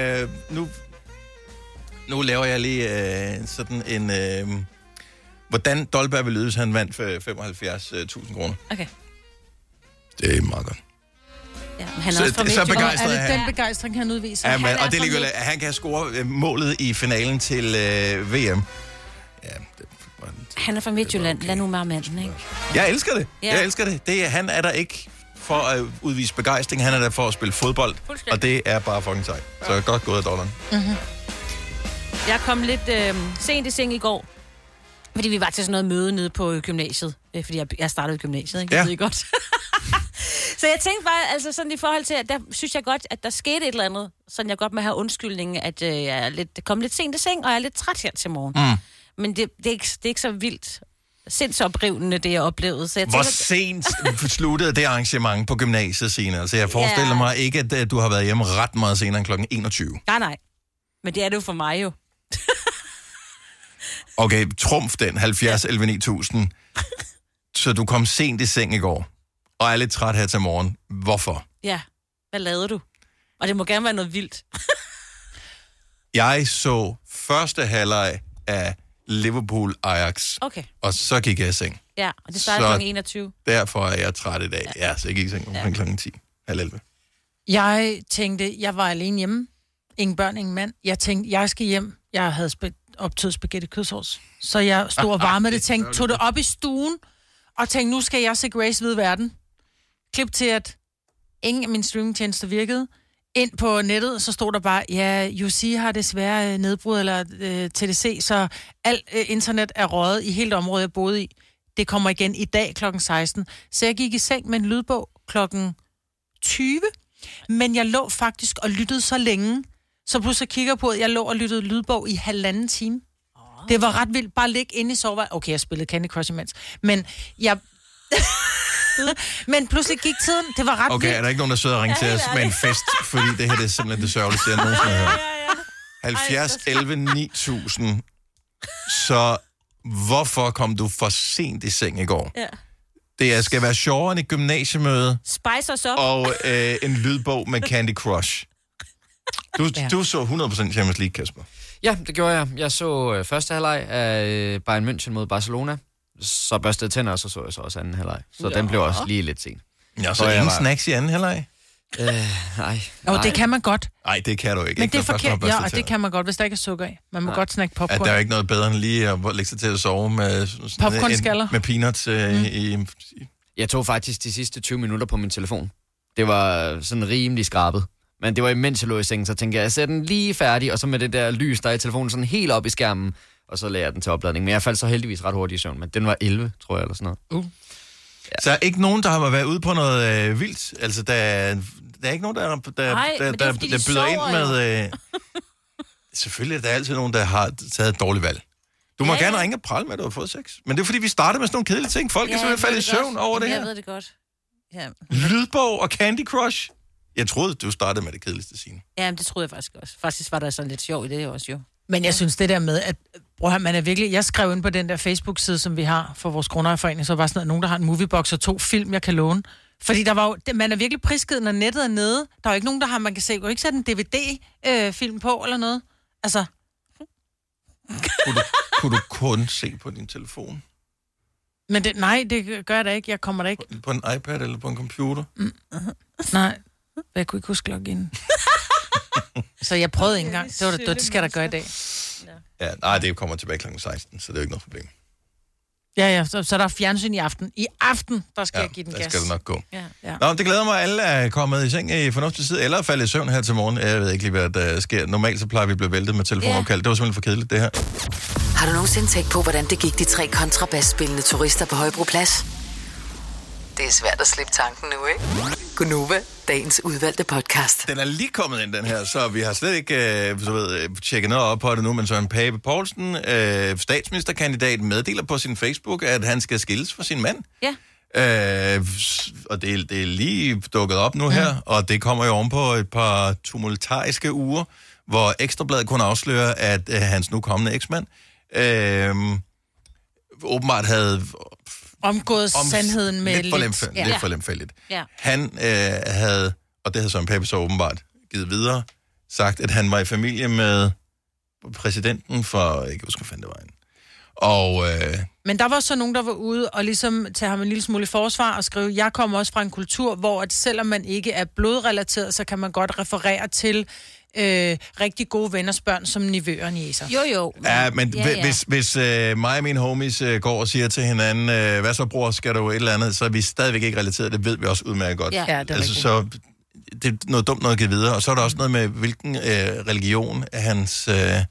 Nu laver jeg lige sådan en... hvordan Dolberg vil lyde, hvis han vandt for 75.000 kroner. Okay. Det er meget godt. Ja, han er også så begejstret er det den begejstring, han udviser? Ja, men, og det er ligegyldigt, at han kan score målet i finalen til VM. Ja, han er fra Midtjylland. Okay. Lad nu meget manden, ikke? Jeg elsker det. Ja. Jeg elsker det. Han er der ikke for at udvise begejstring. Han er der for at spille fodbold. Og det er bare fucking sejt. Så godt gået af dollaren. Mm-hmm. Jeg kom lidt sent i seng i går. Fordi vi var til sådan noget møde nede på gymnasiet. Fordi jeg startede gymnasiet, ikke? Det ved I godt. Så jeg tænkte bare, altså sådan i forhold til, at der synes jeg godt, at der skete et eller andet. Sådan jeg godt må have undskyldningen, at jeg er kom lidt sent i seng, og jeg er lidt træt her til morgen. Mm. Men det er ikke så vildt sindsoprivende, det jeg oplevede. Så jeg Hvor sent sluttede det arrangement på gymnasiet, Signe? Altså jeg forestiller mig ikke, at du har været hjemme ret meget senere end klokken 21. Nej. Men det er det jo for mig jo. Okay, trumf den, 70 11 9000. Så du kom sent i seng i går, og er lidt træt her til morgen. Hvorfor? Ja, hvad lavede du? Og det må gerne være noget vildt. Jeg så første halvleg af Liverpool-Ajax, og så gik jeg i seng. Ja, og det startede kl. 21. Derfor er jeg træt i dag. Ja, så jeg gik i seng omkring kl. 10, halv 11. Jeg tænkte, jeg var alene hjemme. Ingen børn, ingen mand. Jeg tænkte, jeg skal hjem. Jeg havde optaget spaghetti kødsovs. Så jeg stod og varmede det, tog det op i stuen, og tænkte, nu skal jeg se Grace Hvide Verden. Klip til, at ingen af mine streamingtjenester virkede. Ind på nettet, så stod der bare, ja, UC har desværre nedbrud, eller TDC, så alt internet er røget i hele området, jeg boede i. Det kommer igen i dag kl. 16. Så jeg gik i seng med en lydbog kl. 20, men jeg lå faktisk og lyttede så længe, så pludselig kigger på, at jeg lå og lyttede lydbog i 1,5 time. Det var ret vildt. Bare ligge inde i soveværelset. Okay, jeg spillede Candy Crush imens. Men jeg... Men pludselig gik tiden. Det var ret vildt. Okay, er der ikke nogen, der søger og ringer til os med en fest? Fordi det her det er simpelthen det sørgeligste, jeg nogensinde har hørt. 70 11 9000. Så hvorfor kom du for sent i seng i går? Ja. Det skal være sjovere end et gymnasiemøde. Spice os op. Og en lydbog med Candy Crush. Du så 100% Champions League, Kasper. Ja, det gjorde jeg. Jeg så første halvleg af Bayern München mod Barcelona. Så børstede tænder, og så jeg så også anden halvleg. Så den blev også lige lidt sen. Ja, så ingen snacks i anden halvleg? Nej. Det kan man godt. Nej, det kan du ikke. Men det er forkert, ja, og det kan man godt, hvis der ikke er sukker i. Man må godt snakke popcorn. At der er ikke noget bedre end lige at lægge sig til at sove med popcornskaller. Med peanuts i... Jeg tog faktisk de sidste 20 minutter på min telefon. Det var sådan rimelig skrabet. Men det var imens jeg lå i sengen, så tænkte jeg sætter den lige færdig, og så med det der lys, der er i telefonen, sådan helt op i skærmen, og så lagde jeg den til opladning. Men jeg faldt så heldigvis ret hurtigt i søvn, men den var 11, tror jeg, eller sådan noget. Ja. Så er ikke nogen, der har været ude på noget vildt? Altså, der er ikke nogen, der byder ind med... Selvfølgelig er der altid nogen, der har taget et dårligt valg. Du må gerne ringe og prale med, at du har fået sex. Men det er fordi, vi startede med sådan nogle kedelige ting. Folk er simpelthen faldet i søvn over det her. Jeg ved det godt. Ja. Lydbog og Candy Crush. Jeg troede, du startede med det kedeligste, Signe. Ja, det troede jeg faktisk også. Faktisk var der sådan lidt sjov i det også, jo. Men jeg synes det der med, at man er virkelig... Jeg skrev ind på den der Facebook-side, som vi har for vores grundejerforening, så var sådan nogen, der har en moviebox og 2 film, jeg kan låne. Fordi der var jo, man er virkelig prisgivet, når nettet er nede. Der er jo ikke nogen, der har, man kan se, ikke sætte en DVD-film på eller noget. Altså... Kunne du kun se på din telefon? Men det gør jeg da ikke. Jeg kommer da ikke... På en iPad eller på en computer? Nej, jeg kunne ikke huske login. Så jeg prøvede ikke engang. Det skal jeg da gøre i dag. Ja, nej, det kommer tilbage kl. 16, så det er jo ikke noget problem. Ja, så der er fjernsyn i aften. I aften, der skal jeg give den gas. Ja, skal det nok gå. Ja. Nå, det glæder mig, at alle er kommet i seng i fornuftig tid, eller faldet i søvn her til morgen. Jeg ved ikke lige, hvad der sker. Normalt så plejer vi at blive væltet med telefonopkald. Det var simpelthen for kedeligt, det her. Har du nogensinde tænkt på, hvordan det gik de 3 kontrabasspillende turister på Højbroplads? Det er svært at slippe tanken nu, ikke? Gunova, dagens udvalgte podcast. Den er lige kommet ind, den her, så vi har slet ikke tjekket noget op på det nu, men Søren Pape Poulsen, statsministerkandidat, meddeler på sin Facebook, at han skal skilles fra sin mand. Ja. Og det er lige dukket op nu her, og det kommer jo ovenpå et par tumultariske uger, hvor Ekstrabladet kunne afsløre, at hans nu kommende eksmand åbenbart havde... omgået sandheden med lidt for lemfældigt. Ja. Han havde, og det havde Søren Pape så åbenbart givet videre, sagt, at han var i familie med præsidenten for, jeg kan huske, hvad fanden det var. Og, men der var så nogen, der var ude og ligesom tage ham en lille smule forsvar og skrive, jeg kommer også fra en kultur, hvor at selvom man ikke er blodrelateret, så kan man godt referere til rigtig gode venners børn som nivøer og niecer. Jo. Ja, men hvis mig og mine homies går og siger til hinanden, hvad så bror, skal du et eller andet, så er vi stadigvæk ikke relateret, det ved vi også udmærket godt. Ja, det er altså, så det er noget dumt noget at give videre, og så er der også noget med, hvilken religion hans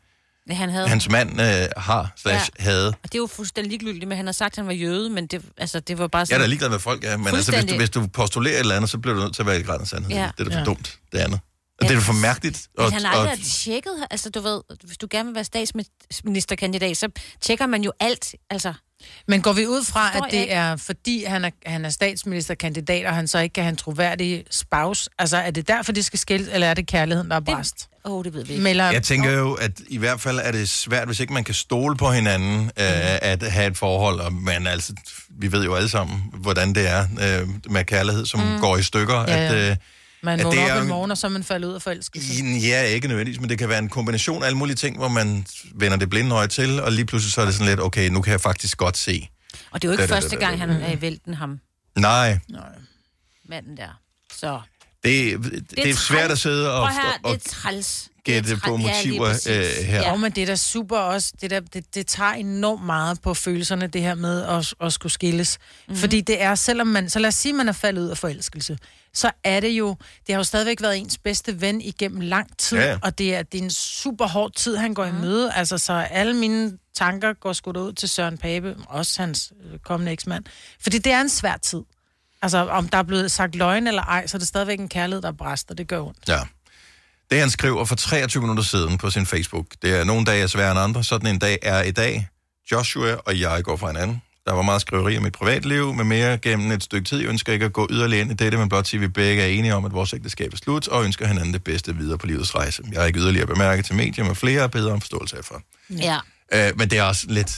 mand havde. Og det er jo fuldstændig ligegyldigt, men han har sagt, at han var jøde, men det var bare sådan... Ja, der er ligeglad med folk, ja, men altså, hvis du postulerer et eller andet, så bliver du nødt til at være i grad af sandhed. Ja. Det er for dumt, det andet. Og det er for mærkeligt. Men han har aldrig tjekket, altså du ved, hvis du gerne vil være statsministerkandidat, så tjekker man jo alt, altså... Men går vi ud fra, at det er fordi, han er statsministerkandidat, og han så ikke kan have en troværdig spouse? Altså, er det derfor, de skal skille, eller er det kærligheden, der er bræst? Det ved vi ikke. Jeg tænker jo, at i hvert fald er det svært, hvis ikke man kan stole på hinanden, at have et forhold, og man altså, vi ved jo alle sammen, hvordan det er med kærlighed, som går i stykker, at... Man vågner op i morgen, og så man falder ud af forelskelse. Ja, ikke nødvendigvis, men det kan være en kombination af alle mulige ting, hvor man vender det blinde øje til, og lige pludselig så er det sådan lidt, okay, nu kan jeg faktisk godt se. Og det er jo ikke første gang, han er i vælten ham. Nej. Manden der. Så... Det er svært at sidde og gætte på motiver her. Ja, men det er da super også. Det tager enormt meget på følelserne, det her med at skulle skilles. Fordi det er, selvom man... Så lad os sige, man er faldet ud af forelskelse. Så er det jo... Det har jo stadigvæk været ens bedste ven igennem lang tid. Ja. Og det er en super hård tid, han går i møde. Altså, så alle mine tanker går sgu ud til Søren Pape, også hans kommende eksmand. Fordi det er en svær tid. Altså, om der er blevet sagt løgn eller ej, så er det stadigvæk en kærlighed, der bræster. Det gør ondt. Ja. Det, han skriver for 23 minutter siden på sin Facebook, det er nogle dage er sværere end andre. Sådan en dag er i dag. Joshua og jeg går fra hinanden. Der var meget skriveri om mit privatliv, med mere gennem et stykke tid. Jeg ønsker ikke at gå yderligere ind i dette, men blot sige, at vi begge er enige om, at vores ægteskab er slut, og ønsker hinanden det bedste videre på livets rejse. Jeg har ikke yderligere bemærket til medier med flere og bedre om forståelse herfra. Ja. Men det er også lidt...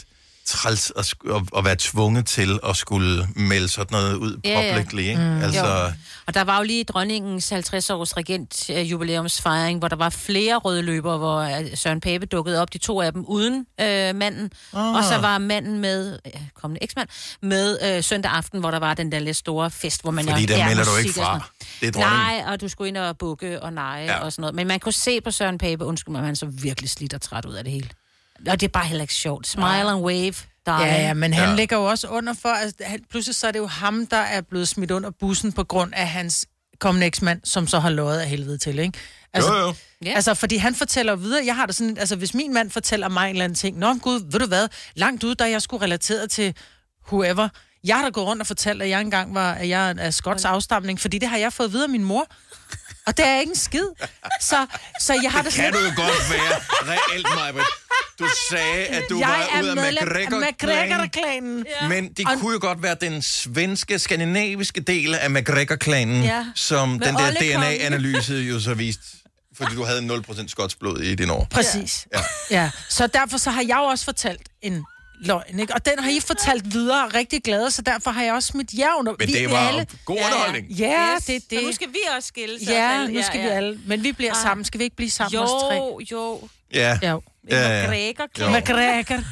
træls at være tvunget til at skulle melde sådan noget ud publicly, ikke? Altså... Og der var jo lige dronningens 50-års regent-jubilæumsfejring, hvor der var flere røde løbere, hvor Søren Pape dukkede op, de 2 af dem uden manden. Og så var manden med, kommende eksmand, med søndag aften, hvor der var den der lidt store fest, hvor man... Fordi der melder du ikke fra. Det er dronningen. Nej, og du skulle ind og bukke og neje og sådan noget. Men man kunne se på Søren Pape, undskyld mig, han så virkelig slidt og træt ud af det hele. Og det er bare heller ikke sjovt. Smile and wave, darling. Ja, men han ligger jo også under for... Altså, pludselig så er det jo ham, der er blevet smidt under bussen på grund af hans kommende eksmand, som så har løjet af helvede til, ikke? Altså, jo. Altså, fordi han fortæller videre... Jeg har det sådan... Altså, hvis min mand fortæller mig en eller anden ting... Nå, gud, ved du hvad? Langt ud, da jeg skulle relateret til whoever... Jeg har da gået rundt og fortalt, at jeg engang var... At jeg er skots afstamning, fordi det har jeg fået videre af min mor. Og det er ikke en skid. Så jeg har det kan du jo godt være reelt, Majbert. Du sagde, at du var ud af McGregor-klanen. Ja. Men det kunne jo godt være den svenske, skandinaviske del af McGregor-klanen, som med den der DNA-analyse jo så viste. Fordi du havde 0% skotsk blod i dine år. Præcis. Ja. Så derfor så har jeg jo også fortalt en løgn, ikke? Og den har I fortalt videre rigtig glade, så derfor har jeg også smidt jer under. Men det var god underholdning. Ja, det. Så nu skal vi også skilles. Ja, nu skal vi alle. Men vi bliver sammen. Skal vi ikke blive sammen os 3? Jo. Ja. McGregor.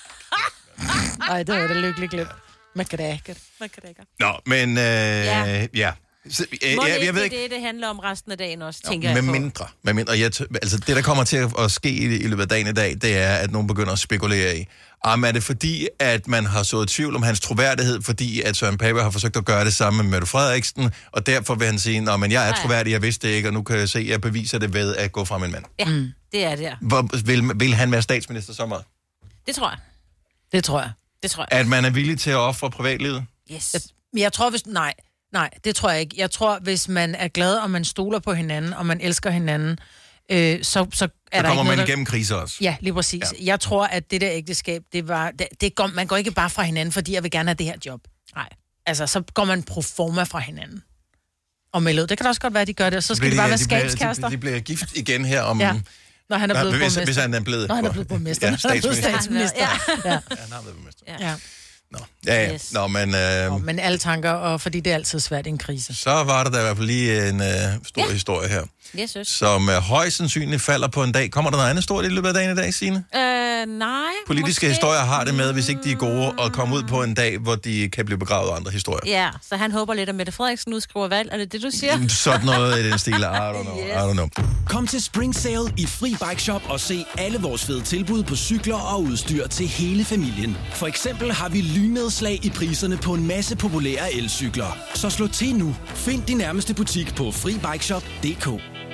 Ej, det var da lykkeligt glemt. McGregor. Nå, men ja. Så, jeg ved ikke, det handler om resten af dagen også, tænker jeg på. Med mindre. Altså, det, der kommer til at ske i løbet af dagen i dag, det er, at nogen begynder at spekulere i, er det fordi, at man har sået tvivl om hans troværdighed, fordi at Søren Pape har forsøgt at gøre det samme med Mette Frederiksen, og derfor vil han sige, men jeg er troværdig, jeg vidste det ikke, og nu kan jeg se, at jeg beviser det ved at gå fra min mand. Ja, det er det. Vil han være statsminister så meget? Det tror jeg. Det tror jeg. At man er villig til at ofre privatlivet? Yes. Jeg tror, hvis... Nej, det tror jeg ikke. Jeg tror, hvis man er glad, og man stoler på hinanden, og man elsker hinanden, så er der kommer ikke man igennem kriser også. Ja, lige præcis. Ja. Jeg tror, at det der ægteskab, man går ikke bare fra hinanden, fordi jeg vil gerne have det her job. Nej. Altså, så går man pro forma fra hinanden. Og melder ud. Det kan da også godt være, at de gør det, og så skal de bare være skabskærester. De bliver gift igen her om... Ja. Når han er blevet borgmester. Hvis han er blevet... Når han er blevet borgmester. Ja, statsminister. Ja. Han har været borgmester. Ja. Nå, ja. Yes. Nå, men... men alle tanker, og fordi det er altid svært i en krise. Så var der da i hvert fald lige en stor historie her. Jeg synes. Som højst sandsynligt falder på en dag. Kommer der noget andet stort i løbet af dagen i dag, Signe? Nej. Politiske historier har det med, hvis ikke de er gode, at komme ud på en dag, hvor de kan blive begravet af andre historier. Ja, så han håber lidt, at Mette Frederiksen udskriver valg. Er det det, du siger? Sådan noget i den stil. I don't know. Kom til Spring Sale i Fri Bike Shop og se alle vores fede tilbud på cykler og udstyr til hele familien. For eksempel har vi lynnedslag i priserne på en masse populære elcykler. Så slå til nu. Find din nærmeste butik på FriBikeShop.dk.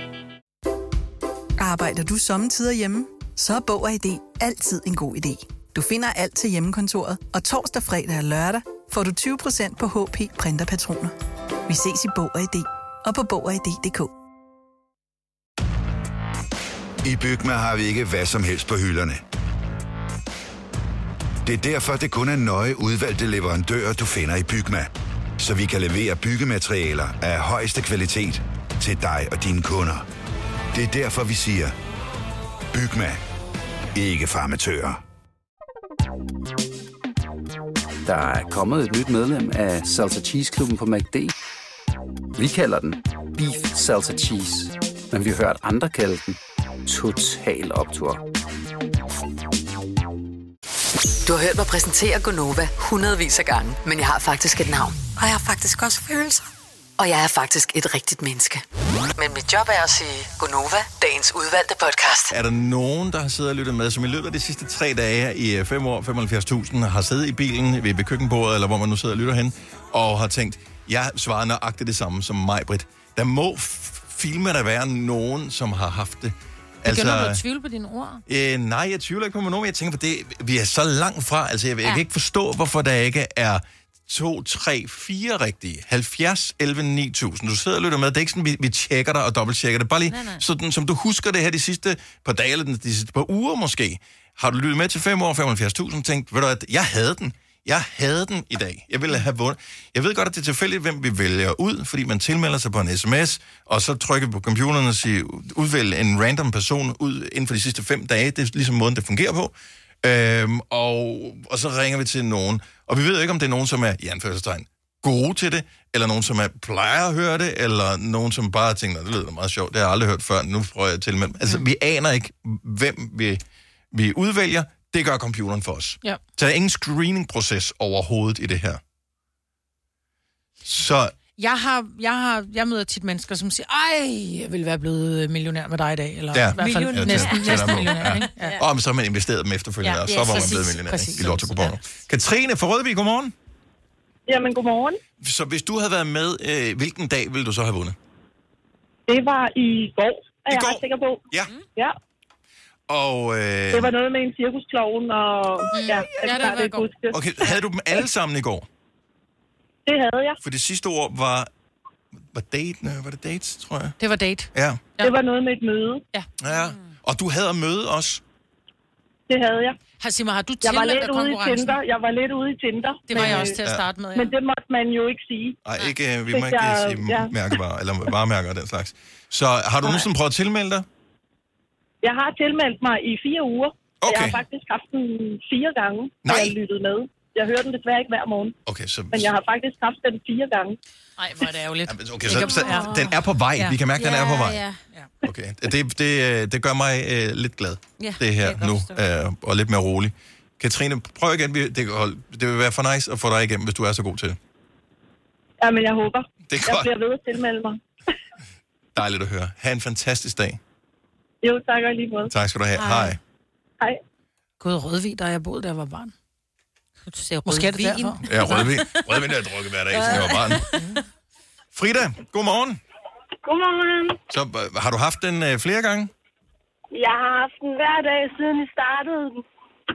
Arbejder du sommetider hjemme? Så er Bog og ID altid en god idé. Du finder alt til hjemmekontoret, og torsdag, fredag og lørdag får du 20% på HP printerpatroner. Vi ses i Bog og ID og på Bog og ID.dk. I Bygma har vi ikke hvad som helst på hylderne. Det er derfor, det kun er nøje udvalgte leverandører, du finder i Bygma. Så vi kan levere byggematerialer af højeste kvalitet til dig og dine kunder. Det er derfor, vi siger, Bygma. Ikke farmatører. Der er kommet et nyt medlem af Salsa Cheese Klubben på McD. Vi kalder den Beef Salsa Cheese, men vi har hørt andre kalde den Total Optur. Du har hørt mig præsentere Gonova hundredvis af gange, men jeg har faktisk et navn. Og jeg har faktisk også følelser. Og jeg er faktisk et rigtigt menneske. Men mit job er at sige Gonova, dagens udvalgte podcast. Er der nogen, der har siddet og lyttet med, som i løbet af de sidste 3 dage i 5 år, 75.000, har siddet i bilen ved køkkenbordet, eller hvor man nu sidder og lytter hen, og har tænkt, jeg svarer nøjagtigt det samme som Majbrit. Der må filme der være nogen, som har haft det. Begynder du at tvivle på dine ord? Nej, jeg tvivler ikke på nogen. Jeg tænker på det, vi er så langt fra. Altså, jeg kan ikke forstå, hvorfor der ikke er 2, 3, 4 rigtige. 70, 11, 9000. Du sidder og lytter med. Det er ikke sådan, vi tjekker dig og dobbelttjekker det. Bare lige sådan, som du husker det her de sidste par dage, eller de sidste par uger måske. Har du lyttet med til 5 år, 75.000, tænkt, ved du at jeg havde den. Jeg havde den i dag. Jeg ville have vundet. Jeg ved godt, at det er tilfældigt, hvem vi vælger ud, fordi man tilmelder sig på en sms, og så trykker vi på computeren og siger, udvælg en random person ud inden for de sidste 5 dage. Det er ligesom måden, det fungerer på. Og så ringer vi til nogen. Og vi ved ikke, om det er nogen, som er, i anførselstegn, gode til det, eller nogen, som plejer at høre det, eller nogen, som bare tænker, det lyder meget sjovt, det har jeg aldrig hørt før, nu prøver jeg til. Altså, vi aner ikke, hvem vi udvælger. Det gør computeren for os. Ja. Så der er ingen screening-proces overhovedet i det her. Så... Jeg møder tit mennesker, som siger, jeg ville være blevet millionær med dig i dag. Eller ja. i hvert fald næsten millionær. Ikke? Ja. Og så har man investeret dem efterfølgende, og så var man blevet millionær i lotto-kuponer. Katrine fra Rødvig, godmorgen. Jamen, godmorgen. Så hvis du havde været med, hvilken dag ville du så have vundet? Det var i går, er jeg ret sikker på. Ja. Ja. Og, det var noget med en cirkusklovn, og det huske. Okay, havde du dem alle sammen i går? Det havde jeg. For det sidste ord var det dates, tror jeg? Det var date. Ja. Det var noget med et møde. Ja. Og du havde at møde os? Det havde jeg. Hasima, har du jeg var lidt ude i konkurrencen? Tinder. Jeg var lidt ude i Tinder. Det var jeg også til at starte med, ja. Men det måtte man jo ikke sige. Nej, vi må ikke sige mærkevarer, eller varemærker og den slags. Så har du nogensinde prøvet at tilmelde dig? Jeg har tilmeldt mig i 4 uger. Okay. Jeg har faktisk haft den 4 gange, når jeg lyttede med. Jeg hører den desværre ikke hver morgen. Okay, så... Men jeg har faktisk haft den 4 gange. Nej, hvor er det ærgerligt. Okay, så den er på vej. Vi kan mærke, den er på vej. Okay, det gør mig lidt glad, det her nu, og lidt mere rolig. Katrine, prøv igen. Det vil være for nice at få dig igennem, hvis du er så god til det. Ja, men jeg håber. Det er jeg bliver ved at tilmelde mig. Dejligt at høre. Ha' en fantastisk dag. Jo, tak og lige måde. Tak skal du have. Hej. Hej. Gud, Rødvig, der jeg boede, da jeg var barn. Du ser måske er det derfor. Ja, Rødvig. Rødvig, der har drukket hver dag, siden jeg var barn. Frida, godmorgen. Godmorgen. Så har du haft den flere gange? Jeg har haft den hver dag, siden I startede den.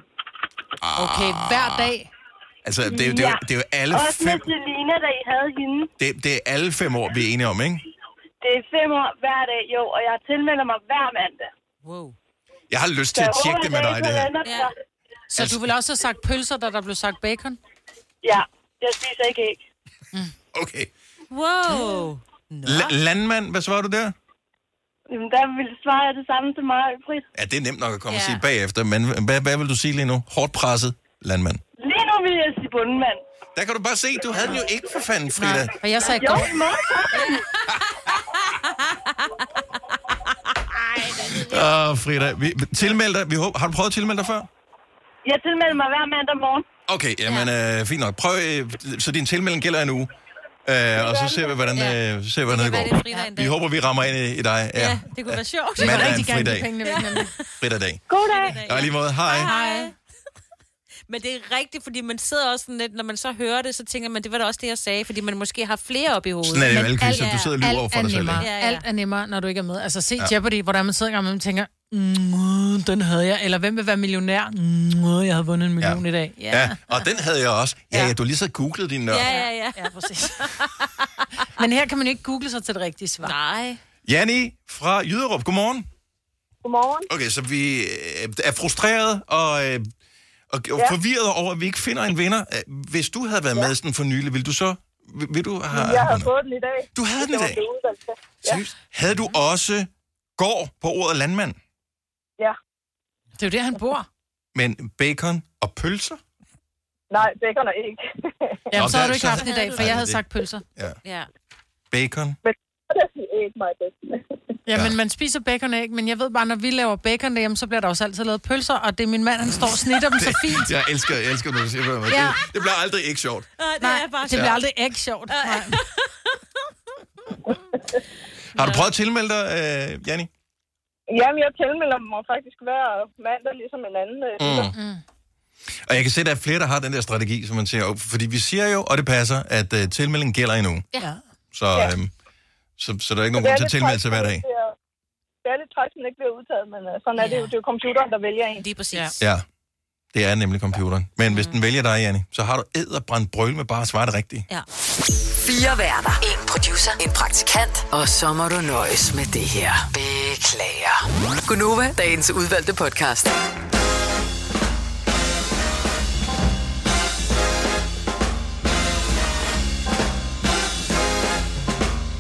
Okay, hver dag? Altså, det er jo alle også 5... Også med Selina, da I havde hende. Det er alle 5 år, vi er enige om, ikke? Det er 5 år hver dag, jo, og jeg tilmelder mig hver mandag. Wow. Jeg har lyst til at tjekke det med dig, det her. Ja. Så du ville også have sagt pølser, da der blev sagt bacon? Ja, jeg spiser ikke æg. Okay. Wow. Landmand, hvad svarer du der? Jamen, der ville svare det samme til mig, Britt. Ja, det er nemt nok at komme og sige bagefter, men hvad vil du sige lige nu? Hårdt presset landmand. Lige nu vil jeg sige bundmand. Der kan du bare se, du havde den jo ikke for fanden, Frida. Nej, og jeg sagde godt. Frida, tilmeld dig. Har du prøvet at tilmelde dig før? Jeg tilmelder mig hver mandag morgen. Okay, jamen fint nok. Prøv, så din tilmelding gælder en uge. Og så ser vi, hvordan det går. Vi håber, vi rammer ind i dig. Ja, det kunne være sjovt. Det var rigtig gerne pengene væk, nemlig. Fridag. God dag. Og lige måde, hej. Hej. Men det er rigtigt, fordi man sidder også sådan lidt, når man så hører det, så tænker man, det var da også det, jeg sagde, fordi man måske har flere op i hovedet. Sådan er det jo alle quizzer, du sidder og lyver over for dig selv. Alt er nemmere, når du ikke er med. Altså se Jeopardy, hvor der man sidder og tænker, den havde jeg. Eller hvem vil være millionær? Jeg havde vundet 1 million i dag. Ja, og den havde jeg også. Ja, du lige så googlet din nørd. Ja, præcis. Men her kan man ikke google sig til det rigtige svar. Nej. Janni fra Jyderup, godmorgen. Godmorgen. Okay, så vi er frustreret og forvirret over, at vi ikke finder en vinder. Hvis du havde været med sådan for nylig, vil du have... Jeg havde fået den i dag. Du havde den i dag? Seriøst? Havde du også går på ordet landmand? Ja. Det er jo der, han bor. Men bacon og pølser? Nej, bacon og æg. Jamen, så har du ikke haft den i dag, for jeg havde sagt pølser. Ja. Bacon? Men det er æg, mig bedst. Ja, men man spiser bacon og æg, men jeg ved bare, når vi laver bacon derhjemme, så bliver der også altid lavet pølser, og det er min mand, han står og snitter dem så fint. Jeg elsker, når du siger det. Ja. Det bliver aldrig ikke sjovt. Nej, det bliver aldrig ikke sjovt. Har du prøvet at tilmelde dig, Janni? Jamen, jeg tilmelder mig faktisk hver mandag, ligesom en anden. Og jeg kan se, at der er flere, der har den der strategi, som man siger, fordi vi siger jo, og det passer, at tilmeldingen gælder en uge. Ja. Så der er ikke nogen grund til at tilmelde sig hver dag. Det er lidt træt, som ikke bliver udtaget, men sådan er det jo. Det er jo computeren, der vælger en. Lige præcis. Ja, det er nemlig computeren. Men hvis den vælger dig, Janni, så har du edderbrændt brøl med bare at svare det rigtige. Ja. 4 værter. 1 producer. En praktikant. Og så må du nøjes med det her. Beklager. Gunova, dagens udvalgte podcast.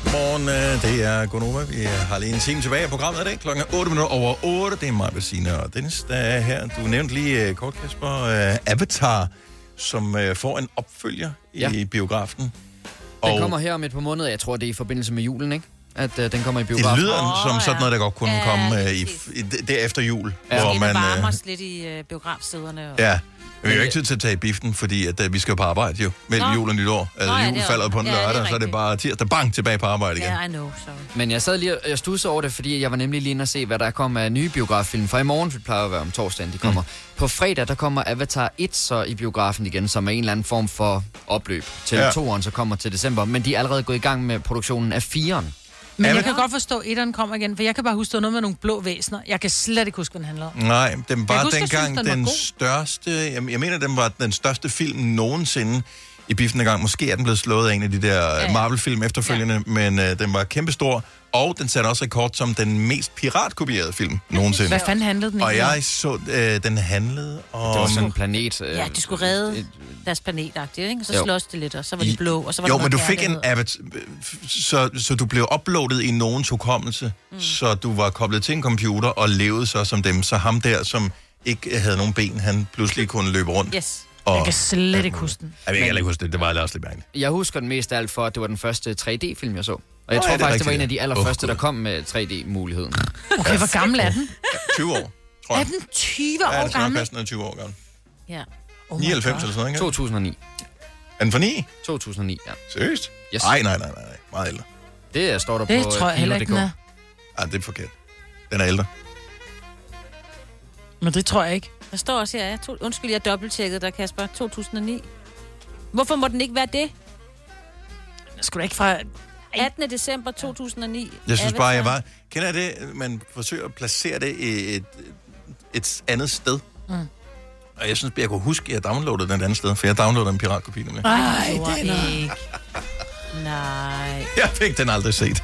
Godmorgen, det er Gonova. Vi har lige en time tilbage af programmet i dag. Klokken er 8:08. Det er mig, Bettina og Dennis, der er her. Du nævnte lige kort, Kasper, Avatar, som får en opfølger i biografen. Den kommer her om et par måneder. Jeg tror, det er i forbindelse med julen, ikke? At den kommer i biografen. Det lyder som sådan noget, der godt kunne komme det efter jul. Ja. Hvor man varmer os lidt i biografsæderne. Og... Ja. Vi har jo ikke tid til at tage i biffen, fordi at, vi skal jo på arbejde jo, mellem jul og nytår. Altså jul falder på en lørdag, så er det bare tirsdag, bang, tilbage på arbejde igen. Ja, I know, sorry. Men jeg sad lige og studsede over det, fordi jeg var nemlig lige inde og se, hvad der kommer af nye biograffilm. For i morgen, det plejer at være om torsdagen, de kommer. På fredag, der kommer Avatar 1 så i biografen igen, som er en eller anden form for opløb til 2'eren, så kommer til december. Men de er allerede gået i gang med produktionen af 4'eren. Men jeg kan godt forstå, at 1'eren kommer igen, for jeg kan bare huske, noget med nogle blå væsener. Jeg kan slet ikke huske, hvad den handler om. Nej, den var dengang den største... Jeg mener, den var den største film nogensinde i biffen gang. Måske er den blevet slået af en af de der Marvel-film efterfølgende, men den var kæmpestor. Og den satte også rekord som den mest piratkopierede film nogensinde. Hvad fanden handlede den? Og jeg så, den handlede om... Det var sådan en planet... Ja, de skulle redde deres planetagtigt, ikke? Så slås det lidt, og så var de blå, og så var jo, der men du fik en avatar, så du blev uploadet i nogens hukommelse, så du var koblet til en computer og levede så som dem. Så ham der, som ikke havde nogen ben, han pludselig kunne løbe rundt. Yes. Jeg kan slet ikke huske den. Jeg kan ikke huske det, det var også lidt mærkeligt. Jeg husker den mest af alt for, at det var den første 3D-film, jeg så. Og jeg tror faktisk, det var en af de allerførste, der kom med 3D-muligheden. Okay, hvor gammel er den? 20 år, tror jeg. Er den 20 år gammel? Ja, den er 20 år gammel. Ja. 99 eller sådan noget, ikke? 2009. Er den for 9? 2009, ja. Seriøst? Yes. Nej, meget ældre. Det står der det på tror jeg heller ikke, den er. Ej, det er forkert. Den er ældre. Men det tror jeg ikke. Der står også her, undskyld, jeg dobbelttjekkede dig, Kasper. 2009. Hvorfor må den ikke være det? Jeg skulle da ikke fra... 18. december 2009. Jeg synes bare, jeg var... Kender det, man forsøger at placere det i et andet sted? Og jeg synes, jeg kunne huske, at jeg downloadede den et andet sted, for jeg downloadede en piratkopi nemlig. Nej, det er ikke. Nej. Jeg fik den aldrig set.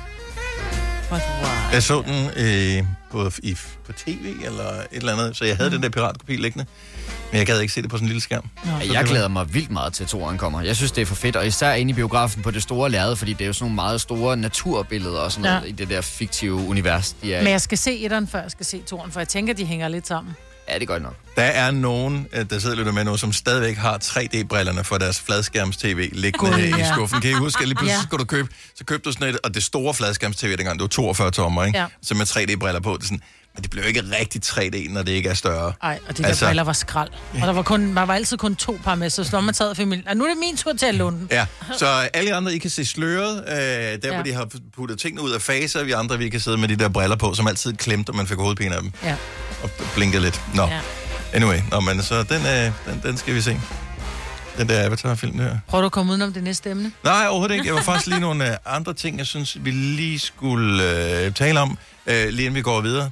Jeg så den på tv eller et eller andet, så jeg havde den der piratkopi liggende. Men jeg gad ikke se det på sådan en lille skærm. Jeg glæder mig vildt meget til, at 2'eren kommer. Jeg synes, det er for fedt, og især inde i biografen på det store lærred, fordi det er jo sådan nogle meget store naturbilleder og sådan noget i det der fiktive univers, de er. Men jeg skal se 1'eren, før jeg skal se 2'eren, for jeg tænker, de hænger lidt sammen. Ja, det gør nok. Der er nogen, der sidder lidt med nu, som stadigvæk har 3D-brillerne for deres fladskærms-tv liggende i skuffen. Kan I huske, at lige pludselig skulle du købte du sådan et, og det store fladskærms-tv dengang, det var 42 tommer, ikke? Ja. Så med 3D-briller på, det er sådan, men det blev ikke rigtig 3D, når det ikke er større. Nej, og de der briller var skrald. Og der var altid kun 2 par med, så når man sad familien. Og nu er det min tur til at låne den. Ja, så alle andre, I kan se sløret, hvor de har puttet tingene ud af faser, vi andre, vi kan sidde med de der briller på, som altid klemte, og man fik hovedpine af dem. Ja. Og blinkede lidt. Nå, anyway, men så den skal vi se. Den der Avatar-film der. Prøver du at komme udenom det næste emne? Nej, overhovedet ikke. Jeg var faktisk lige nogle andre ting, jeg synes, vi lige skulle tale om, lige inden vi går videre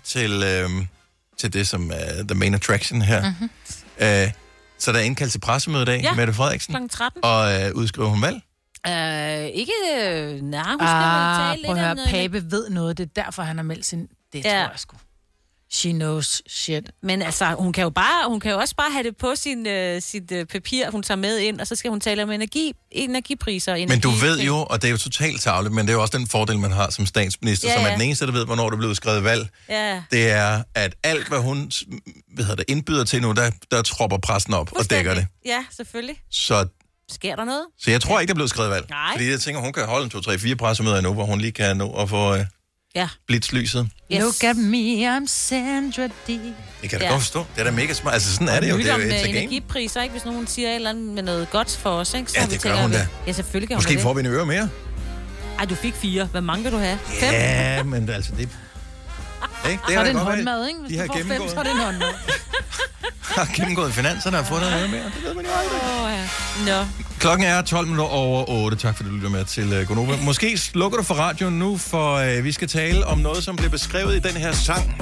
til det, som er the main attraction her. Mm-hmm. Så der er indkaldt til pressemøde i dag, Mette Frederiksen. Kl. 13. Og udskriver hun valg? Ikke... Nej, hun skal tale lidt om noget. Pape ved noget, det er derfor, han har meldt sin... Det tror jeg sgu. She knows shit. Men altså, hun kan jo også bare have det på sit papir, hun tager med ind, og så skal hun tale om energipriser. Men du ved jo, og det er jo totalt tarveligt, men det er jo også den fordel, man har som statsminister, som er den eneste, der ved, hvornår der bliver skrevet valg. Ja. Det er, at alt, hvad hun indbyder til nu, der tropper pressen op og dækker det. Ja, selvfølgelig. Så sker der noget? Så jeg tror ikke, der bliver skrevet valg. Nej. Fordi jeg tænker, hun kan holde 2, 3, 4 pressemøder nu, hvor hun lige kan nå at få... blitzlyset. Yes. Look at me, I'm Sandra D. Det kan da godt forstå. Det er da mega smart. Altså, sådan er det jo. Det er jo et energipriser, ikke? Hvis nogen siger et eller andet med noget godt for os, ikke? Så ja, det gør hun da. Ja, selvfølgelig gør hun måske får vi en øre mere. Ej, du fik 4. Hvad mange kan du have? 5? Ja, men altså, det... Ikke? Det er en håndmad, ikke? Hvis de du får 5, så er det en håndmad. Har gennemgået finanserne og fundet noget mere. Det ved man jo aldrig. Nå. Klokken er 12:08. Tak fordi du lytter med til Gonova. Måske slukker du for radioen nu, for vi skal tale om noget, som blev beskrevet i den her sang.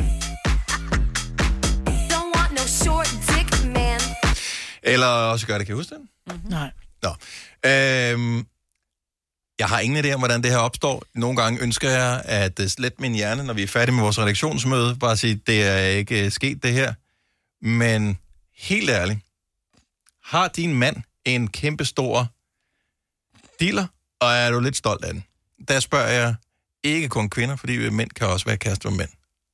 Don't want no short dick, man. Eller også gør det, kan I huske den? Mm-hmm. Nej. Nå. Jeg har ingen idé om, hvordan det her opstår. Nogle gange ønsker jeg at slette min hjerne, når vi er færdige med vores redaktionsmøde. Bare sige, det er ikke sket det her. Men helt ærligt, har din mand en kæmpe stor dealer, og er du lidt stolt af den? Der spørger jeg ikke kun kvinder, fordi mænd kan også være kærester med mænd.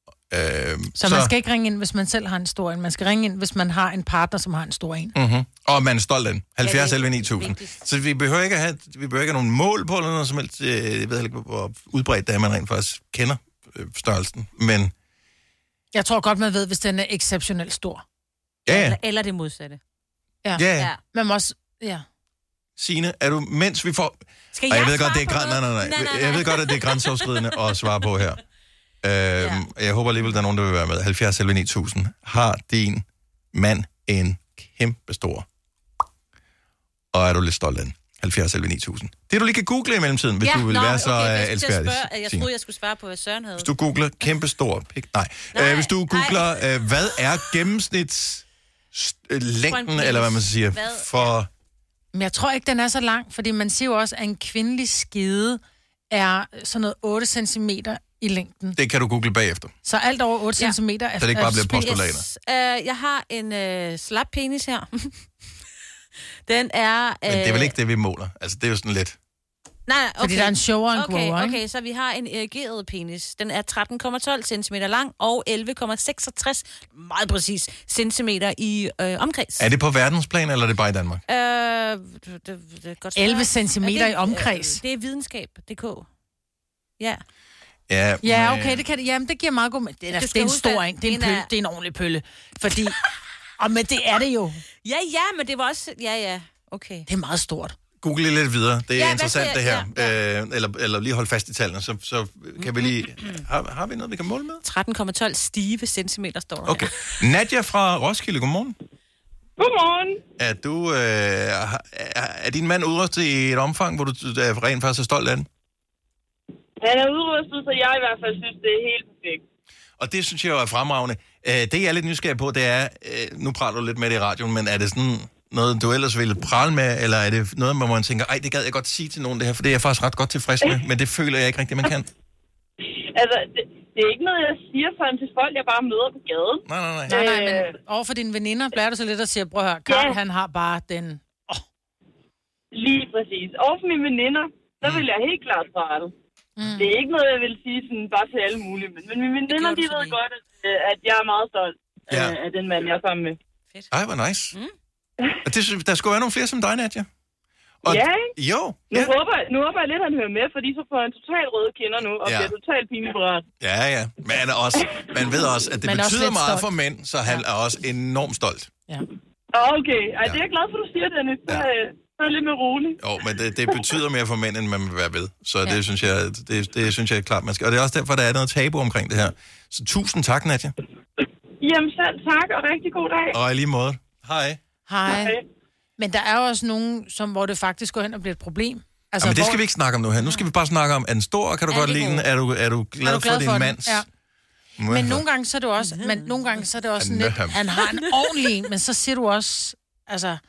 Så man skal ikke ringe ind, hvis man selv har en stor en. Man skal ringe ind, hvis man har en partner, som har en stor en. Mm-hmm. Og man er stolt af den. 70 11 9000. Så vi behøver ikke have nogen mål på, eller noget som helst. Jeg ved ikke, hvor udbredt det er, man rent faktisk kender størrelsen. Men jeg tror godt, man ved, hvis den er exceptionelt stor. Ja. Eller det modsatte. Ja. Man må også... Ja. Signe, er du, mens vi får... Skal jeg ved godt, det er nej. Jeg ved godt, at det er grænseoverskridende at svare på her. Jeg håber alligevel, der er nogen, der vil være med. 70 11 9000. Har din mand en kæmpe stor? Og er du lidt stolt af den? 70 11 9000. Det du lige kan google i mellemtiden, hvis du vil være så elskværdig. Jeg troede, jeg skulle svare på, hvad Søren havde. Hvis du googler kæmpe stor pik... Nej. Hvis du googler, hvad er gennemsnitslængden, eller hvad man siger, for... Men jeg tror ikke, den er så lang, fordi man siger jo også, at en kvindelig skede er sådan noget 8 cm i længden. Det kan du google bagefter. Så alt over 8 cm er... Så det ikke bare bliver postulater. Yes. Jeg har en slap penis her. Den er... Men det er vel ikke det, vi måler? Altså, det er jo sådan lidt... Nej, okay. Fordi der er en shower and grower, ikke? Okay, så vi har en erigeret penis. Den er 13,12 cm lang og 11,66, meget præcis, centimeter i omkreds. Er det på verdensplan, eller er det bare i Danmark? Det er godt 11 centimeter i omkreds. Det er videnskab.dk. Ja. Ja, okay, det kan det. Jamen, det giver meget god... Det er en stor en. Det er en pølle. Det er en ordentlig pølle. Fordi... men det er det jo. Ja, men det var også... Ja, okay. Det er meget stort. Google lidt videre. Det er interessant, det her. Ja. Eller lige holde fast i tallene, så kan vi lige... Har vi noget, vi kan måle med? 13,12 stive centimeter står der. Okay. Nadia fra Roskilde, godmorgen. Godmorgen. Er du... er din mand udrustet i et omfang, hvor du rent faktisk er stolt af den? Han er udrustet, så jeg i hvert fald synes, det er helt perfekt. Og det synes jeg jo er fremragende. Det jeg er lidt nysgerrig på, det er... Nu prater du lidt med det i radioen, men er det sådan... noget, du ellers ville prale med, eller er det noget, hvor man tænker, det gad jeg godt sige til nogen det her, for det er jeg faktisk ret godt tilfreds med, men det føler jeg ikke rigtigt, man kan. Altså, det er ikke noget, jeg siger sådan til folk, jeg bare møder på gaden. Nej, men overfor dine veninder bliver du så lidt og siger, prøv at høre, Karl, han har bare den... Lige præcis. Overfor mine veninder, der vil jeg helt klart prale. Det er ikke noget, jeg vil sige sådan bare til alle mulige, men mine veninder, de ved godt, at jeg er meget stolt af den mand, jeg er sammen med. Fedt. Ej, hvor nice. Der skulle være nogle flere som dig, Nadia. Og ja, jo. Nu håber jeg lidt, at han hører med, fordi så får han totalt røde kinder nu, og bliver totalt pinligt. Ja. Men man ved også, at det betyder meget for mænd, så han er også enormt stolt. Ja. Okay. Det er jeg glad for, du siger, Dennis. Så er lidt mere rolig. Jo, men det betyder mere for mænd, end man vil være ved. Så det synes jeg er klart, man skal. Og det er også derfor, der er noget tabu omkring det her. Så tusind tak, Nadia. Jamen selv tak, og rigtig god dag. Og i lige måde. Hej. Men der er jo også nogen, hvor det faktisk går hen og bliver et problem. Altså, men det skal vi ikke snakke om nu her. Nu skal vi bare snakke om, er den stor, kan du godt lide den? Er du glad for din mands? Ja. Men nogle gange så er det også, sådan lidt, han har en ordentlig, men så siger du også, altså,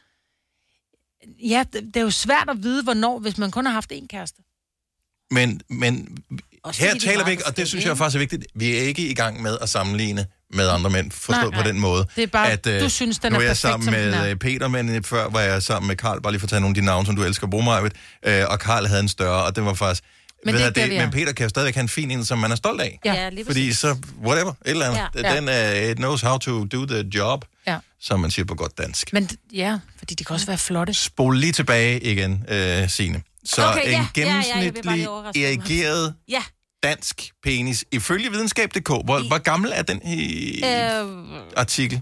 ja, det er jo svært at vide, hvornår, hvis man kun har haft én kæreste. Men her taler vi ikke, og det synes jeg faktisk er vigtigt, vi er ikke i gang med at sammenligne med andre mænd, forstået på den måde. Det er bare, at, du synes, den er perfekt, som den er. Nu er jeg sammen med Peter, men før var jeg sammen med Karl, bare lige for at tage nogle af de navne, som du elsker at bruge mig, og Karl havde en større, og det var faktisk... Men Peter kan jo stadigvæk have en fin en, som man er stolt af. Ja, lige fordi så, whatever, et eller andet. Den knows how to do the job, som man siger på godt dansk. Men fordi de kan også være flotte. Spol lige tilbage igen, Signe. Så en gennemsnitlig erigeret dansk penis, ifølge videnskab.dk. Hvor gammel er den artikel?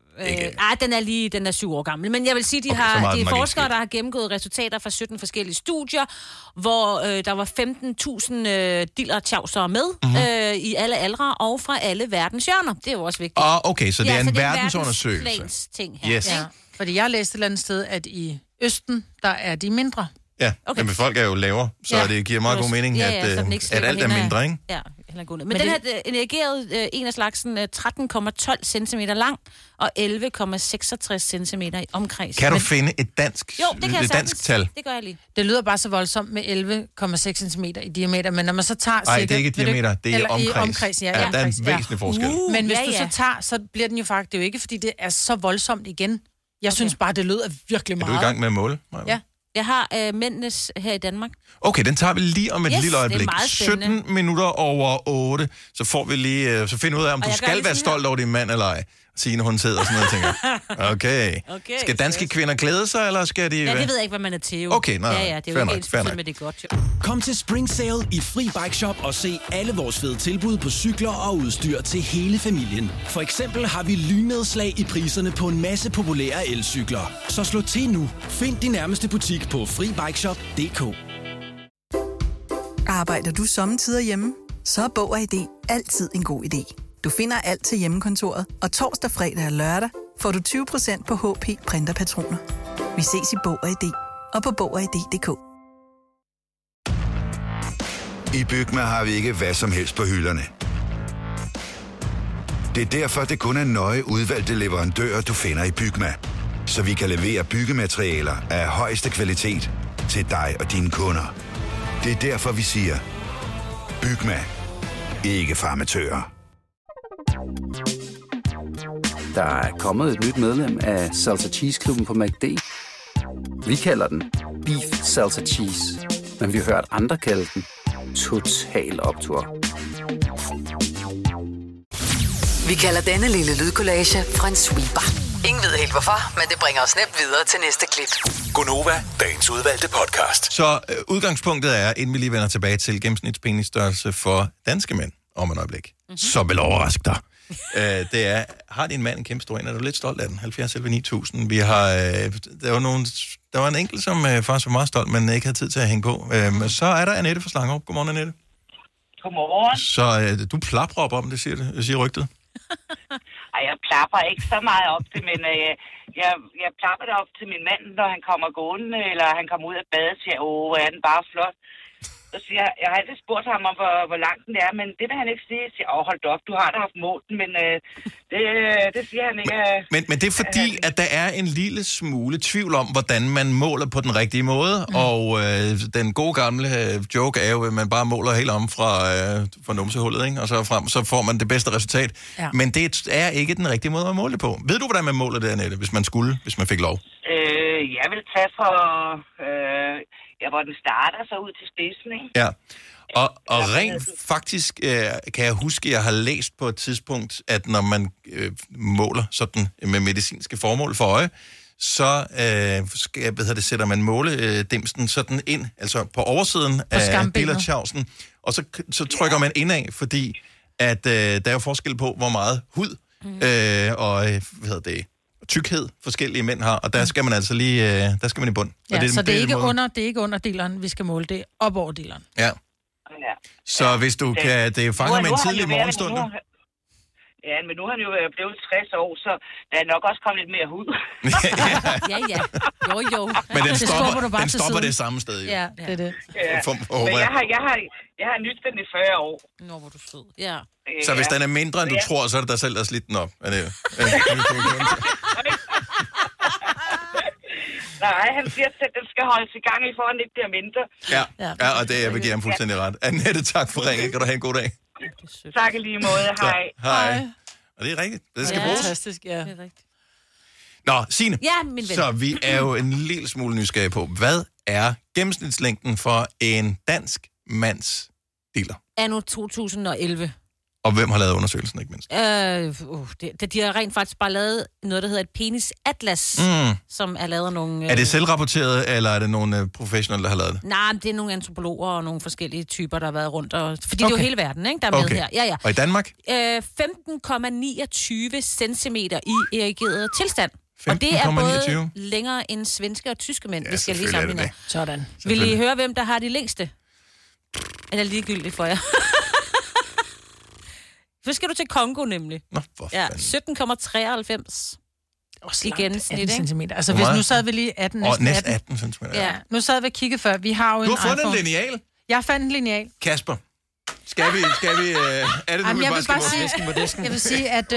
Den er 7 år gammel. Men jeg vil sige, de er forskere, der har gennemgået resultater fra 17 forskellige studier, hvor der var 15.000 dillertjavsere med i alle aldre og fra alle verdens hjørner. Det er jo også vigtigt. Okay, så det er en verdensundersøgelse. Ting her. Yes. Ja, fordi jeg læste et eller andet sted, at i Østen, der er de mindre. Ja, men folk er jo lavere, så det giver meget god mening, at alt er mindre, ikke? Ja, men den her erigeret en af slagsen 13,12 cm lang og 11,66 cm i omkreds. Kan du finde et dansk, dansk tal? Det gør jeg lige. Det lyder bare så voldsomt med 11,6 cm i diameter, men når man så tager... Nej, det er ikke diameter, det er omkreds. Omkreds, der er en væsentlig forskel. Men hvis du så tager, så bliver den jo faktisk... Det er jo ikke, fordi det er så voldsomt igen. Jeg synes bare, det lyder virkelig meget. Er du i gang med at måle? Ja. Jeg har mændenes her i Danmark. Okay, den tager vi lige om et lille øjeblik. Det er meget 17 minutter over 8, så får vi lige, så finder ud af, om du skal være stolt over din mand eller ej. Signe, hun sidder og sådan noget og tænker, okay. Skal danske kvinder glæde sig, eller skal de... Ja, det ved jeg ikke, hvad man er til. Jo. Okay, nej. Ja, det er jo ikke helt specielt med det godt, jo. Kom til Spring Sale i Fri Bike Shop og se alle vores fede tilbud på cykler og udstyr til hele familien. For eksempel har vi lynnedslag i priserne på en masse populære elcykler. Så slå til nu. Find din nærmeste butik på FriBikeShop.dk. Arbejder du sommetider hjemme? Så er Bog og ID altid en god idé. Du finder alt til hjemmekontoret, og torsdag, fredag og lørdag får du 20% på HP printerpatroner. Vi ses i Bog og ID og på Bog og ID.dk. I Bygma har vi ikke hvad som helst på hylderne. Det er derfor, det kun er nøje udvalgte leverandører, du finder i Bygma. Så vi kan levere byggematerialer af højeste kvalitet til dig og dine kunder. Det er derfor, vi siger, Bygma. Ikke farmatører. Der er kommet et nyt medlem af Salsa Cheese Klubben på McD. Vi kalder den Beef Salsa Cheese, men vi har hørt andre kalde den Total Optur. Vi kalder denne lille lydkollage en sweeper. Ingen ved helt hvorfor, men det bringer os nemt videre til næste klip. Gonova, dagens udvalgte podcast. Så udgangspunktet er, inden vi lige vender tilbage til gennemsnitspenisstørrelse for danske mænd om et øjeblik. Så vil overraske dig. Det er, har din mand en kæmpe stor en? Er du lidt stolt af den? 70 eller 9000. Vi har, der var en enkelt, som faktisk var meget stolt, men ikke havde tid til at hænge på. Så er der Annette fra Slangerup. Godmorgen, Annette. Godmorgen. Så du plapper op om det, siger rygtet. Ej, jeg plapper ikke så meget op til, men jeg plapper det op til min mand, når han kommer gående, eller han kommer ud af badet og siger, hvor er den bare flot. Så siger jeg har altid spurgt ham om, hvor lang den er, men det vil han ikke sige. Jeg siger, hold op, du har da haft målt den, men det siger han ikke. Men det er fordi, at der er en lille smule tvivl om, hvordan man måler på den rigtige måde, og den gode gamle joke er jo, at man bare måler helt om fra numsehullet, ikke? Og så frem, så får man det bedste resultat. Ja. Men det er ikke den rigtige måde at måle det på. Ved du, hvordan man måler det, Annette, hvis man fik lov? Jeg vil tage for... hvor den starter så ud til spidsen, ikke? Ja, og rent faktisk kan jeg huske, at jeg har læst på et tidspunkt, at når man måler sådan med medicinske formål for øje, så sætter man måledimsen sådan ind, altså på oversiden på af billertjavsen, og så trykker man indad, fordi at der er jo forskel på, hvor meget hud og tykkhed forskellige mænd har, og der skal man altså lige, der skal man i bund. Ja, så det er ikke under deleren, vi skal måle det op over deleren. Ja. Så hvis du kan, det er jo fanget med en tidlig morgenstund. Ja, men nu er han jo blevet 60 år, så der er nok også kommet lidt mere hud. Ja. Jo. Men den stopper det samme sted, jo. Ja, det er det. Ja. Men jeg har nyt den i 40 år. Nå, hvor du sød. Ja. Så hvis den er mindre, end du tror, så er det dig selv, der slidt den op. Nej, han siger, at den skal holdes i gang, i for at den ikke bliver mindre. Ja, og det jeg vil give ham fuldstændig ret. Annette, tak for ringen. Kan du have en god dag? Tak i lige måde. Hej. Og det er rigtigt. Det skal bruges. Fantastisk, ja. Det er rigtigt. Nå, Signe. Ja, min ven. Så vi er jo en lille smule nysgerrige på, hvad er gennemsnitslængden for en dansk mands dealer? Anno 2011. Og hvem har lavet undersøgelsen, ikke mindst? De har rent faktisk bare lavet noget, der hedder et penisatlas, som er lavet af nogle... Er det selvrapporteret, eller er det nogle professionelle, der har lavet det? Nej, det er nogle antropologer og nogle forskellige typer, der har været rundt. Fordi det er jo hele verden, ikke, der er med her. Ja. Og i Danmark? 15,29 centimeter i erigeret tilstand. Og det er både længere end svenske og tyske mænd, hvis jeg lige sammenligner. Sådan. Vil I høre, hvem der har de længste? Eller ligegyldigt for jer? Så skal du til Kongo, nemlig. Nå, 17,93 i gennemsnit, 18 centimeter. Altså, hvis nu sad vi lige 18, næsten 18 centimeter. Ja, nu sad vi og kiggede før. Vi har jo du har fundet en lineal? Jeg fandt en lineal. Kasper, skal vi er det nu, vi bare skal på disken? Jeg vil sige, at...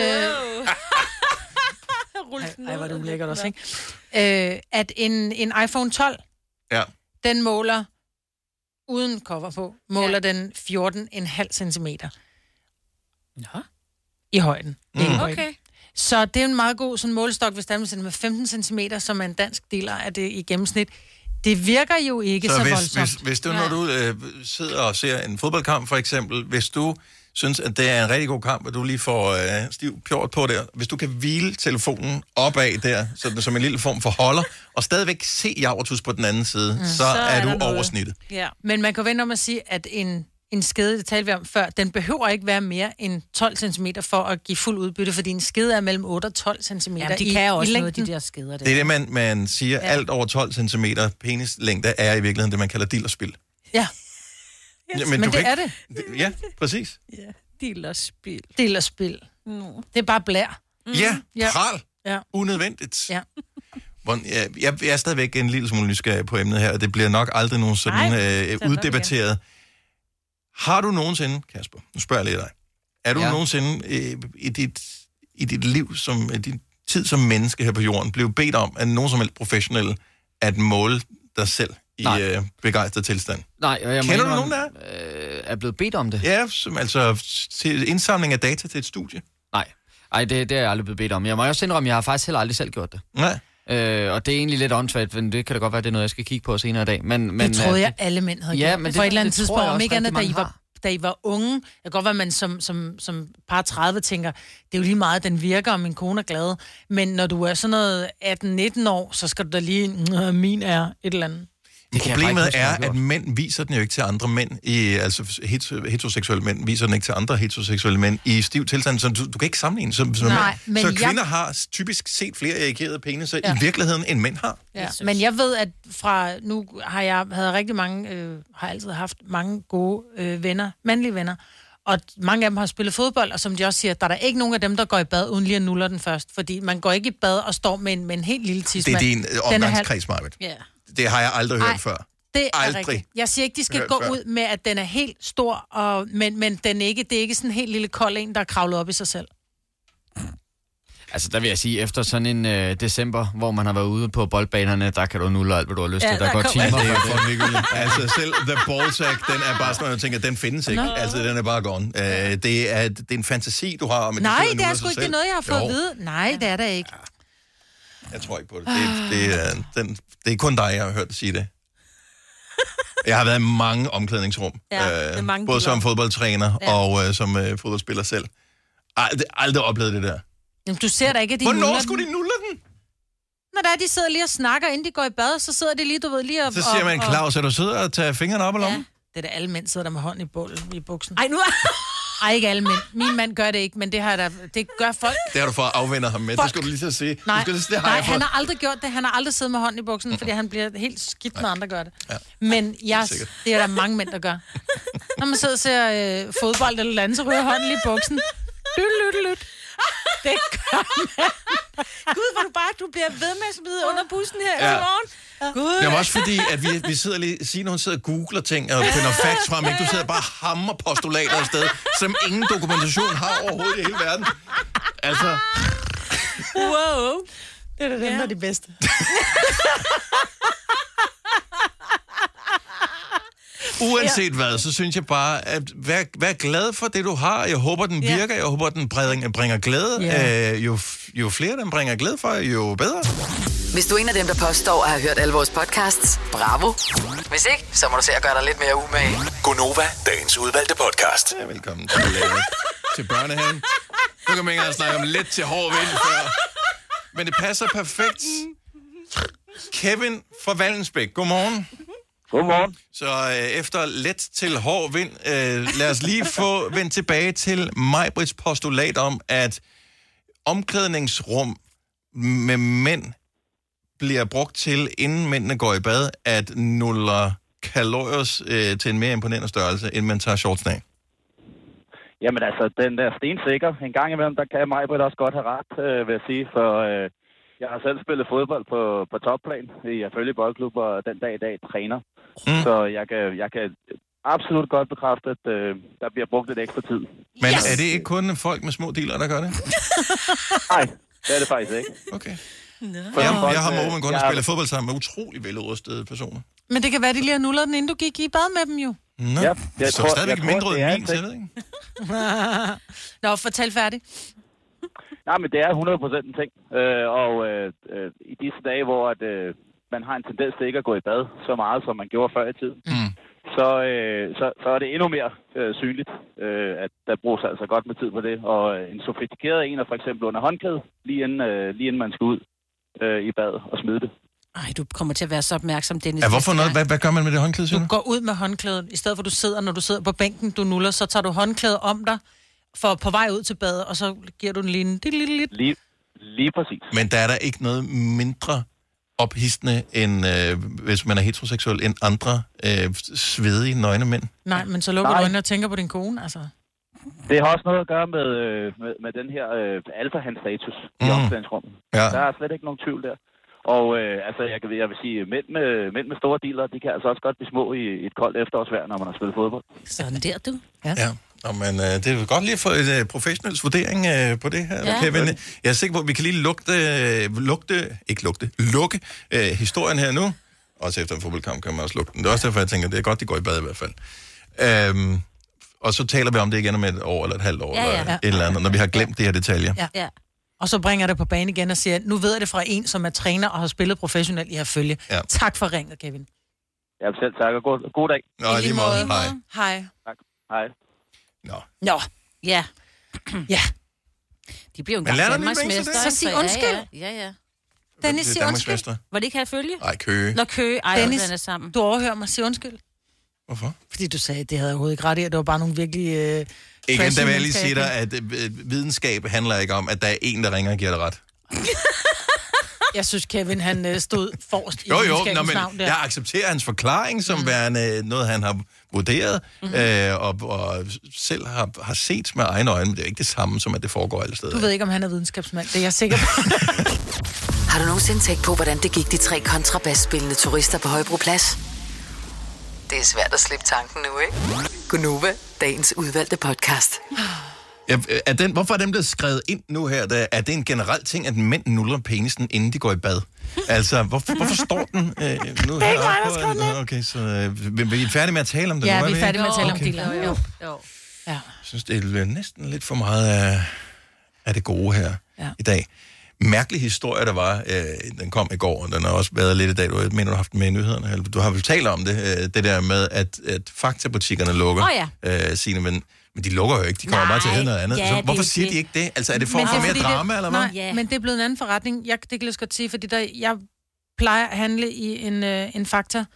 Ej, var det ulækkert også, ikke? At en iPhone 12, den måler, uden cover på, den 14,5 centimeter. Nå. I højden. Okay. Så det er en meget god sådan målestok, hvis der er med 15 cm, som er en dansk dealer, er det i gennemsnit. Det virker jo ikke så voldsomt. Hvis du, når du sidder og ser en fodboldkamp, for eksempel, hvis du synes, at det er en rigtig god kamp, og du lige får stiv pjort på der, hvis du kan hvile telefonen opad der, så som en lille form for holder, og stadigvæk se javertus på den anden side, så er du oversnittet. Ja. Men man kan vende om at sige, at en skede, det talte vi om før, den behøver ikke være mere end 12 cm for at give fuld udbytte, fordi en skede er mellem 8 og 12 cm. Ja, de kan jo også noget, de der skeder. Det er det, man siger. Ja. Alt over 12 cm penislængde er i virkeligheden det, man kalder dillerspild. Ja. Ja, men det er det. Ja, præcis. Ja, dillerspild. Dillerspild. No. Det er bare blær. Ja, pral. Ja. Unødvendigt. Ja. Jeg er stadigvæk en lille smule nysgerrig på emnet her, og det bliver nok aldrig nogen sådan uddebatteret. Har du nogensinde, Kasper, nu spørger jeg lige dig, er du nogensinde i dit liv, i din tid som menneske her på jorden, blevet bedt om af nogen som helst professionelle at måle dig selv i begejstret tilstand? Nej, og jeg kender du nogen der? Er blevet bedt om det? Ja, altså til indsamling af data til et studie. Nej, det er jeg aldrig blevet bedt om. Jeg må også indrømme, jeg har faktisk heller aldrig selv gjort det. Nej. Og det er egentlig lidt åndssvagt, men det kan da godt være, det er noget, jeg skal kigge på senere i dag. Men, det troede jeg, alle mænd havde gjort. Men for et eller andet tidspunkt, om ikke andet, da I var unge. Det kan godt være, at man som par 30 tænker, det er jo lige meget, den virker, og min kone er glad. Men når du er sådan noget 18-19 år, så skal du da lige, min er et eller andet. Problemet er, at mænd viser den jo ikke til andre mænd, altså heteroseksuelle mænd viser den ikke til andre heteroseksuelle mænd i stiv tilstand, så du kan ikke sammenligne som mænd. Så kvinder har typisk set flere erigerede peniser i virkeligheden, end mænd har. Ja. Men jeg ved, at fra nu havde rigtig mange, har altid haft mange gode venner, mandlige venner, og mange af dem har spillet fodbold, og som de også siger, der er der ikke nogen af dem, der går i bad, uden lige at nuller den først, fordi man går ikke i bad og står med en helt lille tidsmand. Det er din omgangskreds, Marvitt. Ja. Det har jeg aldrig hørt før. Det er aldrig rigtigt. Jeg siger ikke, de skal gå ud med, at den er helt stor, men den er ikke, det er ikke sådan en helt lille kold en, der er kravlet op i sig selv. Altså, der vil jeg sige, efter sådan en december, hvor man har været ude på boldbanerne, der kan du nulle alt, hvad du har lyst til. Der går timer. Det er for ligegyldigt. Altså, selv The Ballsack, den er bare sådan, jeg tænker, den findes ikke. Altså, den er bare gone. Det er en fantasi, du har. Nej, det er sgu ikke noget, jeg har fået at vide. Nej, det er der ikke. Jeg tror ikke på det. Det er kun dig, jeg har hørt sige det. Jeg har været i mange omklædningsrum. Både som fodboldtræner og som fodboldspiller selv. Aldrig oplevet det der. Jamen, du ser da ikke, at de Hvornår skulle de nulle den? Når de sidder lige og snakker, inden de går i bad, så sidder de lige, du ved, lige og... Så siger man, Claus, er du sidder og tager fingrene op og lommen? Det er da alle mænd sidder der med hånden i buksen. Ej, nu Ej, ikke alle mænd. Min mand gør det ikke, men det gør folk. Det har du for at afvende ham med. Det skal du lige så sige. Nej, han har aldrig gjort det. Han har aldrig siddet med hånden i buksen, fordi han bliver helt skidt, når andre gør det. Ja. Men det er der mange mænd, der gør. Når man sidder og ser fodbold eller andet, så ryger hånden lige i buksen. Lyt. Det gør man. Gud, hvor du bliver ved med at smide under bussen her i morgen. Gud. Det er også fordi, at vi sidder lige... Signe, hun sidder og googler ting og finder facts frem. Ikke? Du sidder bare og hammer postulater afsted, som ingen dokumentation har overhovedet i hele verden. Altså... Wow. Det er da dem, der er de bedste. Uanset hvad, så synes jeg bare, at vær glad for det, du har. Jeg håber, den virker. Jeg håber, den bringer glæde. Jo flere den bringer glæde for, jo bedre. Hvis du er en af dem, der påstår at have hørt alle vores podcasts, bravo. Hvis ikke, så må du se at gøre dig lidt mere umage. Gonova, dagens udvalgte podcast. Ja, velkommen til børnehaven. Nu kan man ikke engang snakke om lidt til hård vind før. Men det passer perfekt. Kevin fra Vallensbæk, godmorgen. Godmorgen. Så efter let til hård vind, lad os lige få vendt tilbage til Maj-Brits postulat om, at omklædningsrum med mænd bliver brugt til, inden mændene går i bad, at nuller kalorier til en mere imponerende størrelse, inden man tager shortsen af. Jamen altså, den der stensikker. En gang imellem, der kan Maj-Brit også godt have ret, vil jeg sige, for jeg har selv spillet fodbold på topplan i Følge Boldklub, og den dag i dag træner. Så jeg kan absolut godt bekræfte, at der bliver brugt lidt ekstra tid. Men er det ikke kun folk med små dealer, der gør det? Nej, det er det faktisk ikke. Okay. Jeg har Morten kun spillet fodbold sammen med utrolig veludrustede personer. Men det kan være, de lige har nullet den, inden du gik i bad med dem jo. Nå, jeg så stadigvæk mindre end min, så jeg ved ikke. Nå, fortæl færdig. Nej, men det er 100% en ting. I disse dage, hvor at, man har en tendens til ikke at gå i bad så meget, som man gjorde før i tiden, så er det endnu mere synligt, at der bruges altså godt med tid på det. Og en sofistikeret en er for eksempel under håndklæde, lige inden man skal ud i bad og smide det. Ej, du kommer til at være så opmærksom, Dennis. Ja, hvorfor noget? Hvad gør man med det håndklæde, siger du? Går ud med håndklædet. I stedet for, når du sidder på bænken, du nuller, så tager du håndklædet om dig, for på vej ud til badet, og så giver du den lige en Lige præcis. Men der er der ikke noget mindre ophidsende, end hvis man er heteroseksuel, end andre svedige, nøgne mænd? Nej, men så lukker du øjnene og tænker på din kone, altså. Det har også noget at gøre med den her alfahandstatus i omklædningsrummet. Ja. Der er slet ikke nogen tvivl der. Og altså, jeg vil sige, mænd med store dealer, de kan altså også godt blive små i et koldt efterårsvejr, når man har spillet fodbold. Sådan der, du. Ja. Men det er godt lige at få et professionels vurdering på det her, Kevin. Jeg er sikker på, at vi kan lige lukke historien her nu. Også efter en fodboldkamp kan man også lukke den. Det er også derfor, jeg tænker, det er godt, de går i bad i hvert fald. Og så taler vi om det igen om et år eller et halvt år, eller et eller andet, når vi har glemt de her detaljer. Ja. Og så bringer det på banen igen og siger, nu ved jeg det fra en, som er træner og har spillet professionelt i herfølge. Ja. Tak for ringet, Kevin. Ja, selv tak, og god dag. Nå, lige måde. Hej. Hej. Tak. Hej. Nå. Ja. Ja. De bliver jo en gang Danmarksmester. Så sig undskyld. Ja. Dennis, sig undskyld. Var det ikke herfølge? Nej, Køge. Nå, Køge. Ej, Dennis, den er sammen. Du overhører mig. Sig undskyld. Hvorfor? Fordi du sagde, at det havde jeg overhovedet ikke ret i, at det var bare nogle virkelig... Igen, der vil jeg lige sige dig, at videnskab handler ikke om, at der er en, der ringer og giver dig ret. Jeg synes, Kevin, han stod forrest i videnskabens navn der. Jeg accepterer hans forklaring som værende noget, han har vurderet, og selv har set med egne øjne, men det er ikke det samme, som at det foregår alle steder. Du ved ikke, om han er videnskabsmand, det er jeg sikker på. Har du nogensinde tænkt på, hvordan det gik de 3 kontrabasspillende turister på Højbroplads? Det er svært at slippe tanken nu, ikke? Gunova, dagens udvalgte podcast. Hvorfor er den blevet skrevet ind nu her? Er det en generel ting, at mænd nuller penisen, inden de går i bad? Altså, hvorfor står den nu her? Det er ikke mig, der skrev den. Okay, så vi er færdige med at tale om det nu, Ja, vi er færdige med at tale om det. Jo. Ja. Jeg synes, det er næsten lidt for meget af det gode her i dag. Mærkelig historie, der var. Den kom i går, og den har også været lidt i dag. Du mener, du har haft den med i nyhederne. Du har vel talt om det, det der med, at Fakta-butikkerne lukker, Signe, men de lukker jo ikke. De kommer bare til at hedde noget andet. Ja, så hvorfor siger de ikke det? Altså, er det for mere drama, eller hvad? Nej, men det er blevet en anden forretning. Det kan jeg godt sige, fordi jeg plejer at handle i en Fakta,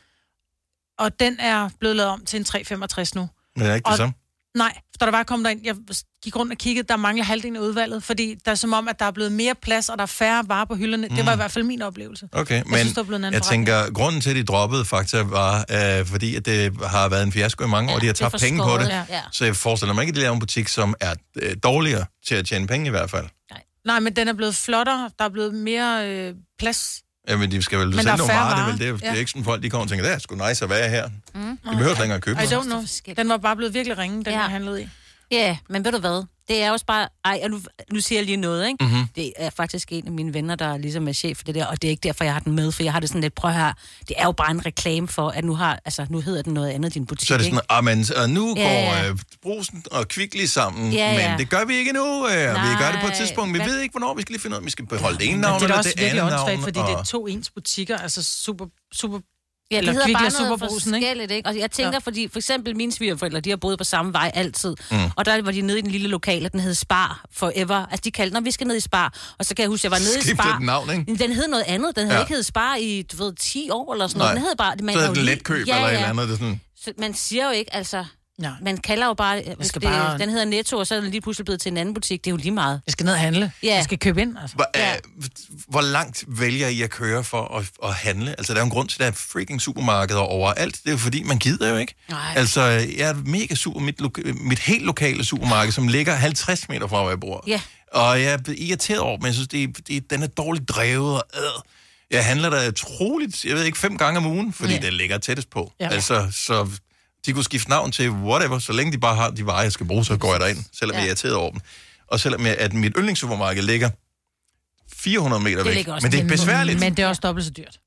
og den er blevet lavet om til en 365 nu. Men det er ikke det samme? Nej, da der var kommet derind, jeg gik rundt og kiggede, der mangler halvdelen af udvalget, fordi der er som om, at der er blevet mere plads, og der er færre varer på hylderne. Det var i hvert fald min oplevelse. Okay, men jeg tænker, grunden til, at de droppede Fakta, var, fordi at det har været en fiasko i mange år, de har tabt penge på det. Ja. Så jeg forestiller mig ikke, at de laver en butik, som er dårligere til at tjene penge i hvert fald. Nej, men den er blevet flottere, der er blevet mere plads. Jamen, de skal vel sælge nogle varer, det er ikke sådan folk, de kommer og tænker, det er sgu nice at være her. De behøver ikke længere at købe. I don't know. Den var bare blevet virkelig ringe, den jeg handlede i. Ja, men ved du hvad? Det er også bare... nu siger jeg lige noget, ikke? Mm-hmm. Det er faktisk en af mine venner, der ligesom er chef for det der, og det er ikke derfor, jeg har den med, for jeg har det sådan lidt, prøv her, det er jo bare en reklame for, at nu hedder den noget andet, din butik, så er det sådan, nu går Brugsen og Kvickly sammen, men det gør vi ikke nu, vi gør det på et tidspunkt, vi ved ikke, hvornår vi skal lige finde ud af, vi skal beholde det ene navn, eller det andet navn. Det er også virkelig fordi det er 2 ens butikker, altså super... Ja, det hedder bare noget forskelligt, ikke? Og jeg tænker, fordi for eksempel mine svigerforældre, de har boet på samme vej altid. Og der var de nede i den lille lokale, den hed Spar Forever. Altså, de kaldte, vi skal ned i Spar. Og så kan jeg huske, jeg var nede i Spar. Skiftet navn, ikke? Den hed noget andet. Den havde ikke hed Spar i, 10 år eller sådan noget. Den hed bare... Så er det letkøb eller et eller andet. Det sådan... Så man siger jo ikke, altså... Ja. Man kalder jo bare, den hedder Netto, og så er den lige pludselig blevet til en anden butik. Det er jo lige meget. Jeg skal ned og handle. Ja. Jeg skal købe ind. Altså. Hvor langt vælger I at køre for at handle? Altså, der er jo en grund til, at der er freaking supermarkeder overalt. Det er jo fordi, man gider jo ikke. Nej. Altså, jeg er mega mit helt lokale supermarked, som ligger 50 meter fra, hvor jeg bor. Ja. Og jeg er irriteret over, men jeg synes, den er dårligt drevet og Jeg handler der troligt, 5 gange om ugen, fordi det ligger tættest på. Ja. Altså, så... De kunne skifte navn til whatever, så længe de bare har de varer, jeg skal bruge, så går jeg derind, selvom jeg er irriteret over dem. Og selvom at mit yndlingssupermarked ligger 400 meter væk. Men det er besværligt. Men det er også dobbelt så dyrt.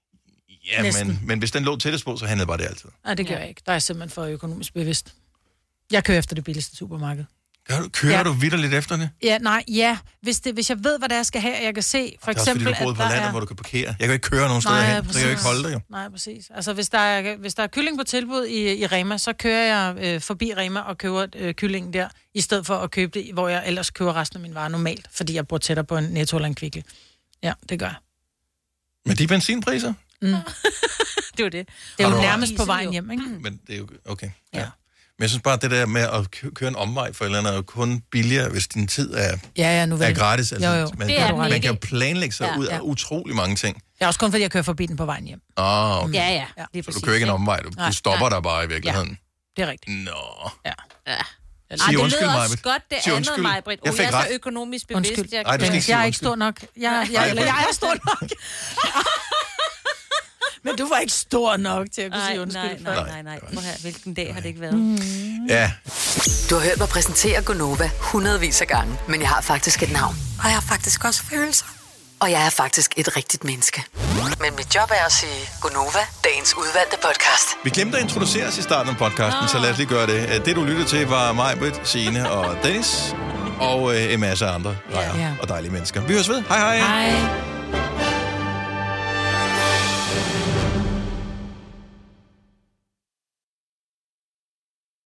Ja, men hvis den lå tættest på, så handlede bare det altid. Nej, det gør jeg ikke. Der er simpelthen for økonomisk bevidst. Jeg kører efter det billigste supermarked. Kører du vitterligt efter det? Ja, hvis jeg ved, hvad det er, jeg skal have, jeg kan se, for det er eksempel, også, fordi du boede på landet, hvor du kan parkere. Jeg kan ikke køre nogen steder hen, så jeg kan ikke holde dig jo. Nej, præcis. Altså, hvis der er kylling på tilbud i Rema, så kører jeg forbi Rema og køber kyllingen der, i stedet for at købe det, hvor jeg ellers køber resten af min varer normalt, fordi jeg bor tættere på en Netto eller en Kvickly. Ja, det gør jeg. Men de benzinpriser? Det er jo det. Det er jo nærmest på vejen hjem, ikke? Men det er jo... Okay, ja. Men jeg synes bare, det der med at køre en omvej for et eller andet, er jo kun billigere, hvis din tid er gratis. Altså, jo. Man kan jo planlægge sig ud af utrolig mange ting. Det er også kun, fordi jeg kører forbi den på vejen hjem. Okay. Ja. Så du kører ikke en omvej, du stopper der bare i virkeligheden. Ja, det er rigtigt. Nå. Ja. Sig undskyld, det lyder Maj-Brit. også godt, det andet, Maj-Brit. Jeg er så økonomisk bevidst. Jeg er ikke stor nok. Jeg er stor nok. Men du var ikke stor nok til at kunne sige undskyld. Nej. Hvilken dag har det ikke været? Ja. Du har hørt mig præsentere Gonova hundredvis af gange, men jeg har faktisk et navn. Og jeg har faktisk også følelser. Og jeg er faktisk et rigtigt menneske. Men mit job er at sige Gonova, dagens udvalgte podcast. Vi glemte at introducere os i starten af podcasten, så lad os lige gøre det. Det, du lyttede til, var Maj-Brit, Signe og Dennis. Og en masse andre og dejlige mennesker. Vi høres ved. Hej hej. Hej.